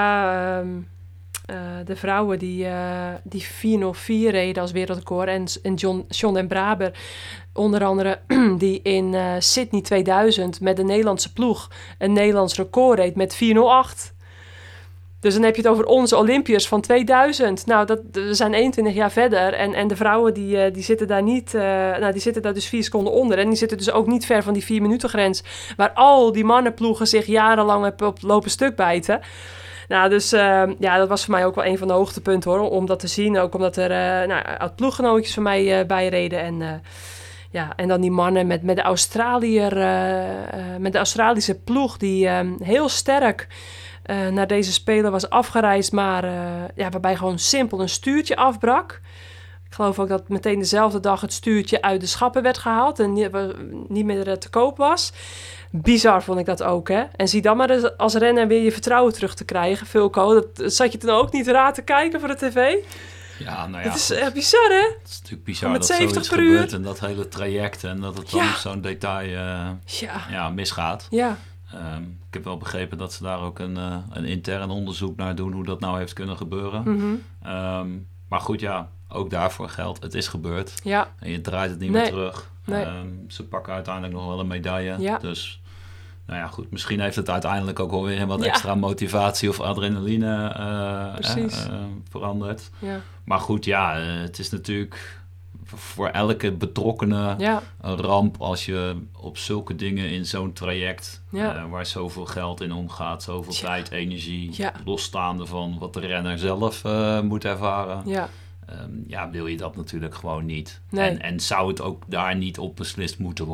ja um, uh, de vrouwen die, uh, die vier nul vier reden als wereldrecord. En, en John, John den Braber, onder andere, die in uh, Sydney tweeduizend met de Nederlandse ploeg een Nederlands record reed met vier nul acht. Dus dan heb je het over onze Olympiërs van tweeduizend. Nou, dat, we zijn eenentwintig jaar verder. En, en de vrouwen die, die zitten daar niet... Uh, nou, die zitten daar dus vier seconden onder. En die zitten dus ook niet ver van die vier minuten grens. Waar al die mannenploegen zich jarenlang op lopen stuk bijten. Nou, dus uh, ja, dat was voor mij ook wel een van de hoogtepunten, hoor. Om dat te zien. Ook omdat er uh, nou, oud-ploeggenootjes van mij uh, bijreden. En... Uh, Ja, en dan die mannen met, met de Australiër, uh, uh, met de Australische ploeg die um, heel sterk uh, naar deze Spelen was afgereisd, maar uh, ja, waarbij gewoon simpel een stuurtje afbrak. Ik geloof ook dat meteen dezelfde dag het stuurtje uit de schappen werd gehaald en niet, niet meer te koop was. Bizar vond ik dat ook, hè. En zie dan maar als renner weer je vertrouwen terug te krijgen, Fulco. Dat zat je toen ook niet raar te kijken voor de tv? Ja, nou ja. Het is echt bizar, hè? Het is natuurlijk bizar dat zoiets gebeurt en dat hele traject en dat het dan ja. op zo'n detail uh, ja. Ja, misgaat. Ja. Um, ik heb wel begrepen dat ze daar ook een, uh, een intern onderzoek naar doen hoe dat nou heeft kunnen gebeuren. Mm-hmm. Um, maar goed, ja, ook daarvoor geldt. Het is gebeurd. Ja. En je draait het niet nee. meer terug. Nee. Um, ze pakken uiteindelijk nog wel een medaille. Ja. Dus... Nou ja, goed. Misschien heeft het uiteindelijk ook wel weer in wat ja. extra motivatie of adrenaline uh, uh, uh, veranderd. Ja. Maar goed, ja, uh, het is natuurlijk voor elke betrokkene ja. een ramp als je op zulke dingen in zo'n traject, ja. uh, waar zoveel geld in omgaat, zoveel ja. tijd, energie, ja. losstaande van wat de renner zelf uh, moet ervaren. Ja. Um, ja, wil je dat natuurlijk gewoon niet. Nee. En, en zou het ook daar niet op beslist moeten worden.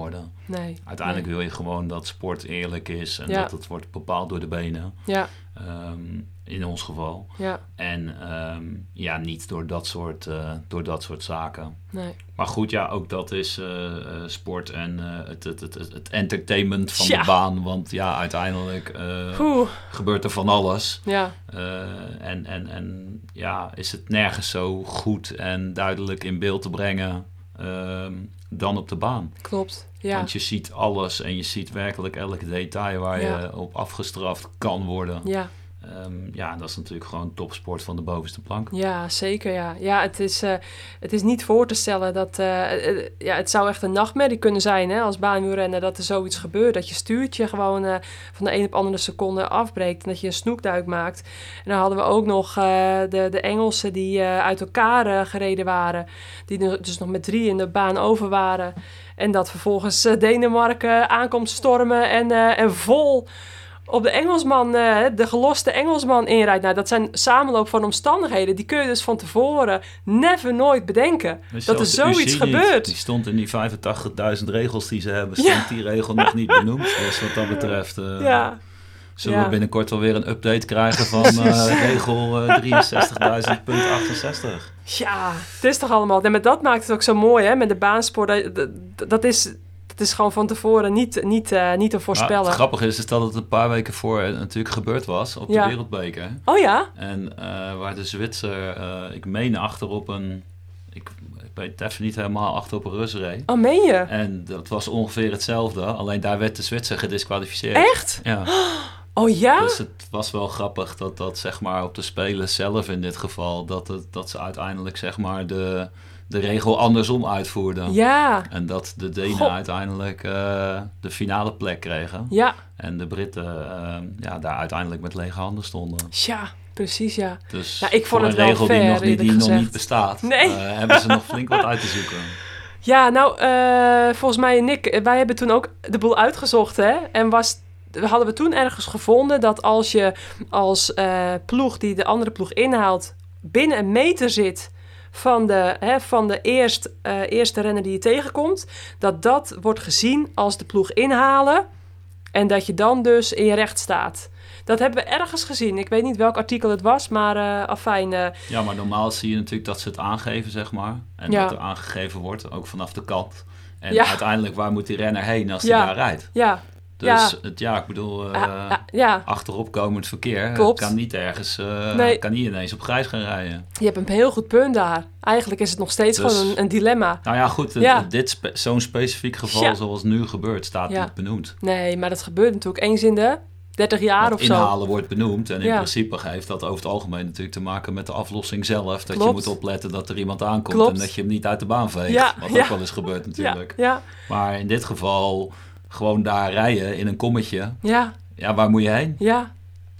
Nee. Uiteindelijk nee. wil je gewoon dat sport eerlijk is en ja. dat het wordt bepaald door de benen. Ja. Um, in ons geval. Ja. En um, ja, niet door dat soort, uh, door dat soort zaken. Nee. Maar goed, ja, ook dat is uh, uh, sport en uh, het, het, het, het entertainment van ja. de baan. Want ja, uiteindelijk uh, gebeurt er van alles. Ja. Uh, en, en, en ja, is het nergens zo goed en duidelijk in beeld te brengen uh, dan op de baan. Klopt, ja. Want je ziet alles en je ziet werkelijk elk detail waar ja. je op afgestraft kan worden. Ja. Um, ja, dat is natuurlijk gewoon topsport van de bovenste plank. Ja, zeker ja. Ja, het is, uh, het is niet voor te stellen dat... Uh, uh, ja, het zou echt een nachtmerrie kunnen zijn hè, als baanwielrenner dat er zoiets gebeurt. Dat je stuurtje gewoon uh, van de een op andere seconde afbreekt en dat je een snoekduik maakt. En dan hadden we ook nog uh, de, de Engelsen die uh, uit elkaar uh, gereden waren. Die dus nog met drie in de baan over waren. En dat vervolgens uh, Denemarken aankomt stormen en, uh, en vol... op de Engelsman, uh, de geloste Engelsman inrijdt. Nou, dat zijn samenloop van omstandigheden. Die kun je dus van tevoren never nooit bedenken. Dus dat er zoiets gebeurt. Niet. Die stond in die vijfentachtigduizend regels die ze hebben. Stond ja. die regel nog niet benoemd. Dus wat dat betreft... Uh, ja. Zullen ja. we binnenkort wel weer een update krijgen van uh, regel uh, drieënzestigduizend achtenzestig. Ja, het is toch allemaal... En met dat maakt het ook zo mooi, hè? Met de baansport. Dat, dat, dat is... Het is gewoon van tevoren niet, niet, uh, niet te voorspellen. Nou, het grappige is, is dat het een paar weken voor natuurlijk gebeurd was op de ja. Wereldbeker. Oh ja? En uh, waar de Zwitser, uh, ik meen achterop een, ik, ik weet het even niet helemaal, achterop een Rus reed. Oh, meen je? En dat was ongeveer hetzelfde, alleen daar werd de Zwitser gedisqualificeerd. Echt? Ja. Oh ja? Dus het was wel grappig dat dat zeg maar op de Spelen zelf in dit geval, dat, het, dat ze uiteindelijk zeg maar de... de regel andersom uitvoerden. Ja. En dat de Denen God. uiteindelijk uh, de finale plek kregen. Ja. En de Britten uh, ja, daar uiteindelijk met lege handen stonden. Ja, precies ja. Dus nou, ik vond voor het een wel regel fair, die, nog niet, die nog gezegd. niet bestaat, nee. uh, hebben ze nog flink wat uit te zoeken. Ja, nou, uh, volgens mij Nick, wij hebben toen ook de boel uitgezocht, hè. En was... hadden we toen ergens gevonden dat als je als uh, ploeg die de andere ploeg inhaalt binnen een meter zit van de, hè, van de eerst, uh, eerste renner die je tegenkomt, dat dat wordt gezien als de ploeg inhalen en dat je dan dus in je recht staat. Dat hebben we ergens gezien. Ik weet niet welk artikel het was, maar uh, afijn. Uh, ja, maar normaal zie je natuurlijk dat ze het aangeven, zeg maar. En ja. dat er aangegeven wordt, ook vanaf de kant. En ja. uiteindelijk, waar moet die renner heen als hij ja. daar rijdt? Ja. Dus ja. het, ja, ik bedoel, uh, uh, uh, ja. achteropkomend verkeer Klopt. kan niet ergens, uh, nee. kan niet ineens op grijs gaan rijden. Je hebt een heel goed punt daar. Eigenlijk is het nog steeds dus, gewoon een, een dilemma. Nou ja, goed, het, ja. dit spe- zo'n specifiek geval ja. zoals nu gebeurt, staat ja. niet benoemd. Nee, maar dat gebeurt natuurlijk eens in de dertig jaar Want of zo. Inhalen wordt benoemd en in ja. principe heeft dat over het algemeen natuurlijk te maken met de aflossing zelf. Dat Klopt. je moet opletten dat er iemand aankomt Klopt. en dat je hem niet uit de baan veegt. Ja. Wat ja. ook wel eens gebeurt natuurlijk. Ja. Ja. Maar in dit geval gewoon daar rijden in een kommetje. Ja. Ja, waar moet je heen? Ja.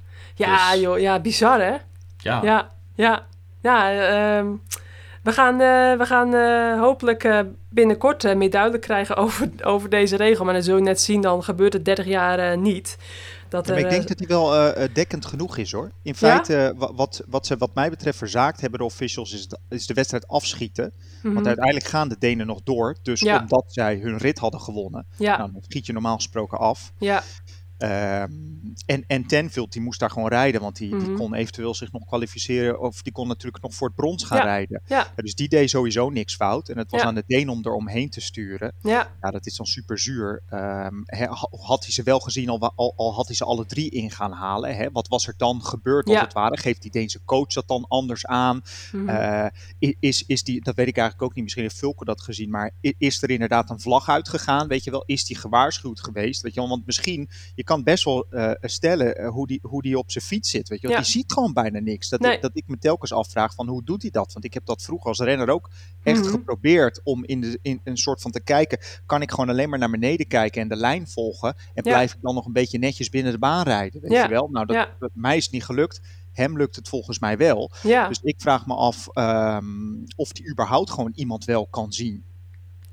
Ja, dus, joh. Ja, bizar hè? Ja. Ja. Ja. Ja, uh, we gaan, uh, we gaan uh, hopelijk uh, binnenkort uh, meer duidelijk krijgen over, over deze regel. Maar dan zul je net zien, dan gebeurt het dertig jaar uh, niet. Dat ja, maar er, ik denk dat die wel uh, dekkend genoeg is hoor. In feite, ja? uh, wat, wat ze wat mij betreft verzaakt hebben de officials is de, is de wedstrijd afschieten. Mm-hmm. Want uiteindelijk gaan de Denen nog door. Dus ja. omdat zij hun rit hadden gewonnen, ja. nou, dan schiet je normaal gesproken af. Ja. Uh, en, en Tenveld, die moest daar gewoon rijden, want die, mm-hmm. die kon eventueel zich nog kwalificeren, of die kon natuurlijk nog voor het brons gaan ja. rijden. Ja. Ja, dus die deed sowieso niks fout. En het was ja. aan de Deen om er omheen te sturen. Ja. Ja, dat is dan super zuur. Um, he, had hij ze wel gezien, al, al, al had hij ze alle drie in gaan halen. Hè? Wat was er dan gebeurd als ja. het ware? Geeft die Deense coach dat dan anders aan? Mm-hmm. Uh, is, is die, dat weet ik eigenlijk ook niet, misschien heeft Vulke dat gezien, maar is er inderdaad een vlag uitgegaan? Weet je wel, is die gewaarschuwd geweest? Weet je wel, want misschien, je kan best wel uh, stellen uh, hoe, die, hoe die op zijn fiets zit. Weet je? Want ja. die ziet gewoon bijna niks. Dat, nee. ik, dat ik me telkens afvraag van hoe doet hij dat? Want ik heb dat vroeger als renner ook echt mm-hmm. geprobeerd om in, de, in een soort van te kijken. Kan ik gewoon alleen maar naar beneden kijken en de lijn volgen? En ja. blijf ik dan nog een beetje netjes binnen de baan rijden? Weet ja. je wel? Nou, dat, ja. dat, mij is het niet gelukt. Hem lukt het volgens mij wel. Ja. Dus ik vraag me af um, of hij überhaupt gewoon iemand wel kan zien.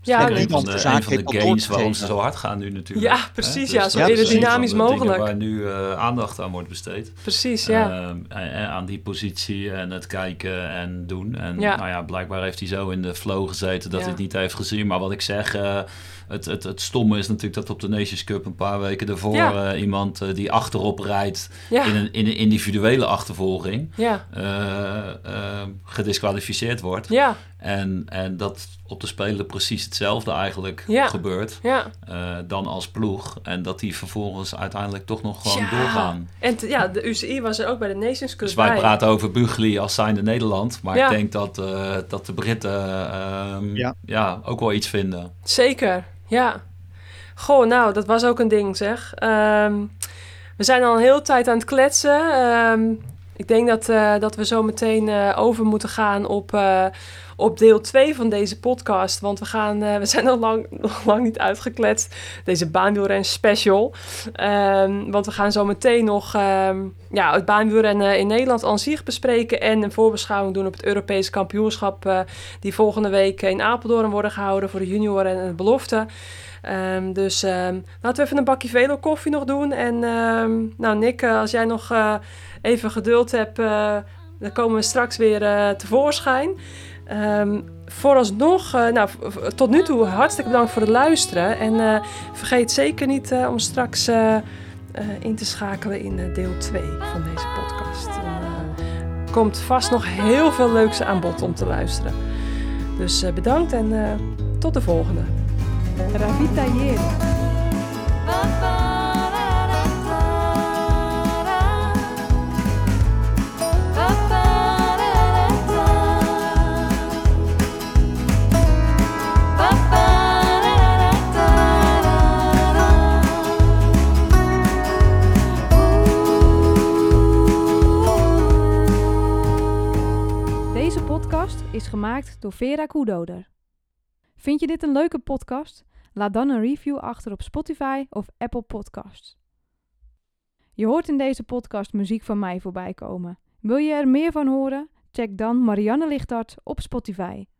Ja, dat is nee, een van de, zaak een van de heeft al gains waarom doorgegeven. ze zo hard gaan nu natuurlijk. Ja, precies, Hè? ja, Dus zo dat is aerodynamisch een van de dingen mogelijk. waar nu uh, aandacht aan wordt besteed. Precies, ja. Uh, en, aan die positie en het kijken en doen. En Ja. nou ja, blijkbaar heeft hij zo in de flow gezeten dat Ja. hij het niet heeft gezien. Maar wat ik zeg, uh, het, het, het stomme is natuurlijk dat op de Nations Cup een paar weken daarvoor Ja. uh, iemand uh, die achterop rijdt Ja. in, een, in een individuele achtervolging Ja. uh, uh, gedisqualificeerd wordt. Ja. En, en dat op de Spelen precies hetzelfde eigenlijk Ja. gebeurt Ja. uh, dan als ploeg. En dat die vervolgens uiteindelijk toch nog gewoon Ja. doorgaan. En t- ja, de U C I was er ook bij de Nations Cup Dus wij bij. praten over Bugli als zijnde Nederland. Maar Ja. ik denk dat, uh, dat de Britten uh, ja. Ja, ook wel iets vinden. Zeker, ja. Goh, nou, dat was ook een ding, zeg. Um, we zijn al een hele tijd aan het kletsen. Um, ik denk dat, uh, dat we zo meteen uh, over moeten gaan op, uh, op deel twee van deze podcast. Want we, gaan, uh, we zijn nog lang, nog lang niet uitgekletst. Deze baanwielren special. Um, want we gaan zo meteen nog um, ja, het baanwielrennen in Nederland aan zich bespreken. En een voorbeschouwing doen op het Europese kampioenschap. Uh, die volgende week in Apeldoorn worden gehouden voor de junioren en de belofte. Um, dus um, laten we even een bakje Velo koffie nog doen. En um, nou Nick, uh, als jij nog uh, even geduld hebt, uh, dan komen we straks weer uh, tevoorschijn. Um, vooralsnog, uh, nou, v- tot nu toe hartstikke bedankt voor het luisteren. En uh, vergeet zeker niet uh, om straks uh, uh, in te schakelen in uh, deel twee van deze podcast. Er uh, komt vast nog heel veel leuks aan bod om te luisteren. Dus uh, bedankt en uh, tot de volgende. Ravitailleren. Deze podcast is gemaakt door Vera Koedoder. Vind je dit een leuke podcast? Laat dan een review achter op Spotify of Apple Podcasts. Je hoort in deze podcast muziek van mij voorbij komen. Wil je er meer van horen? Check dan Marianne Lichthart op Spotify.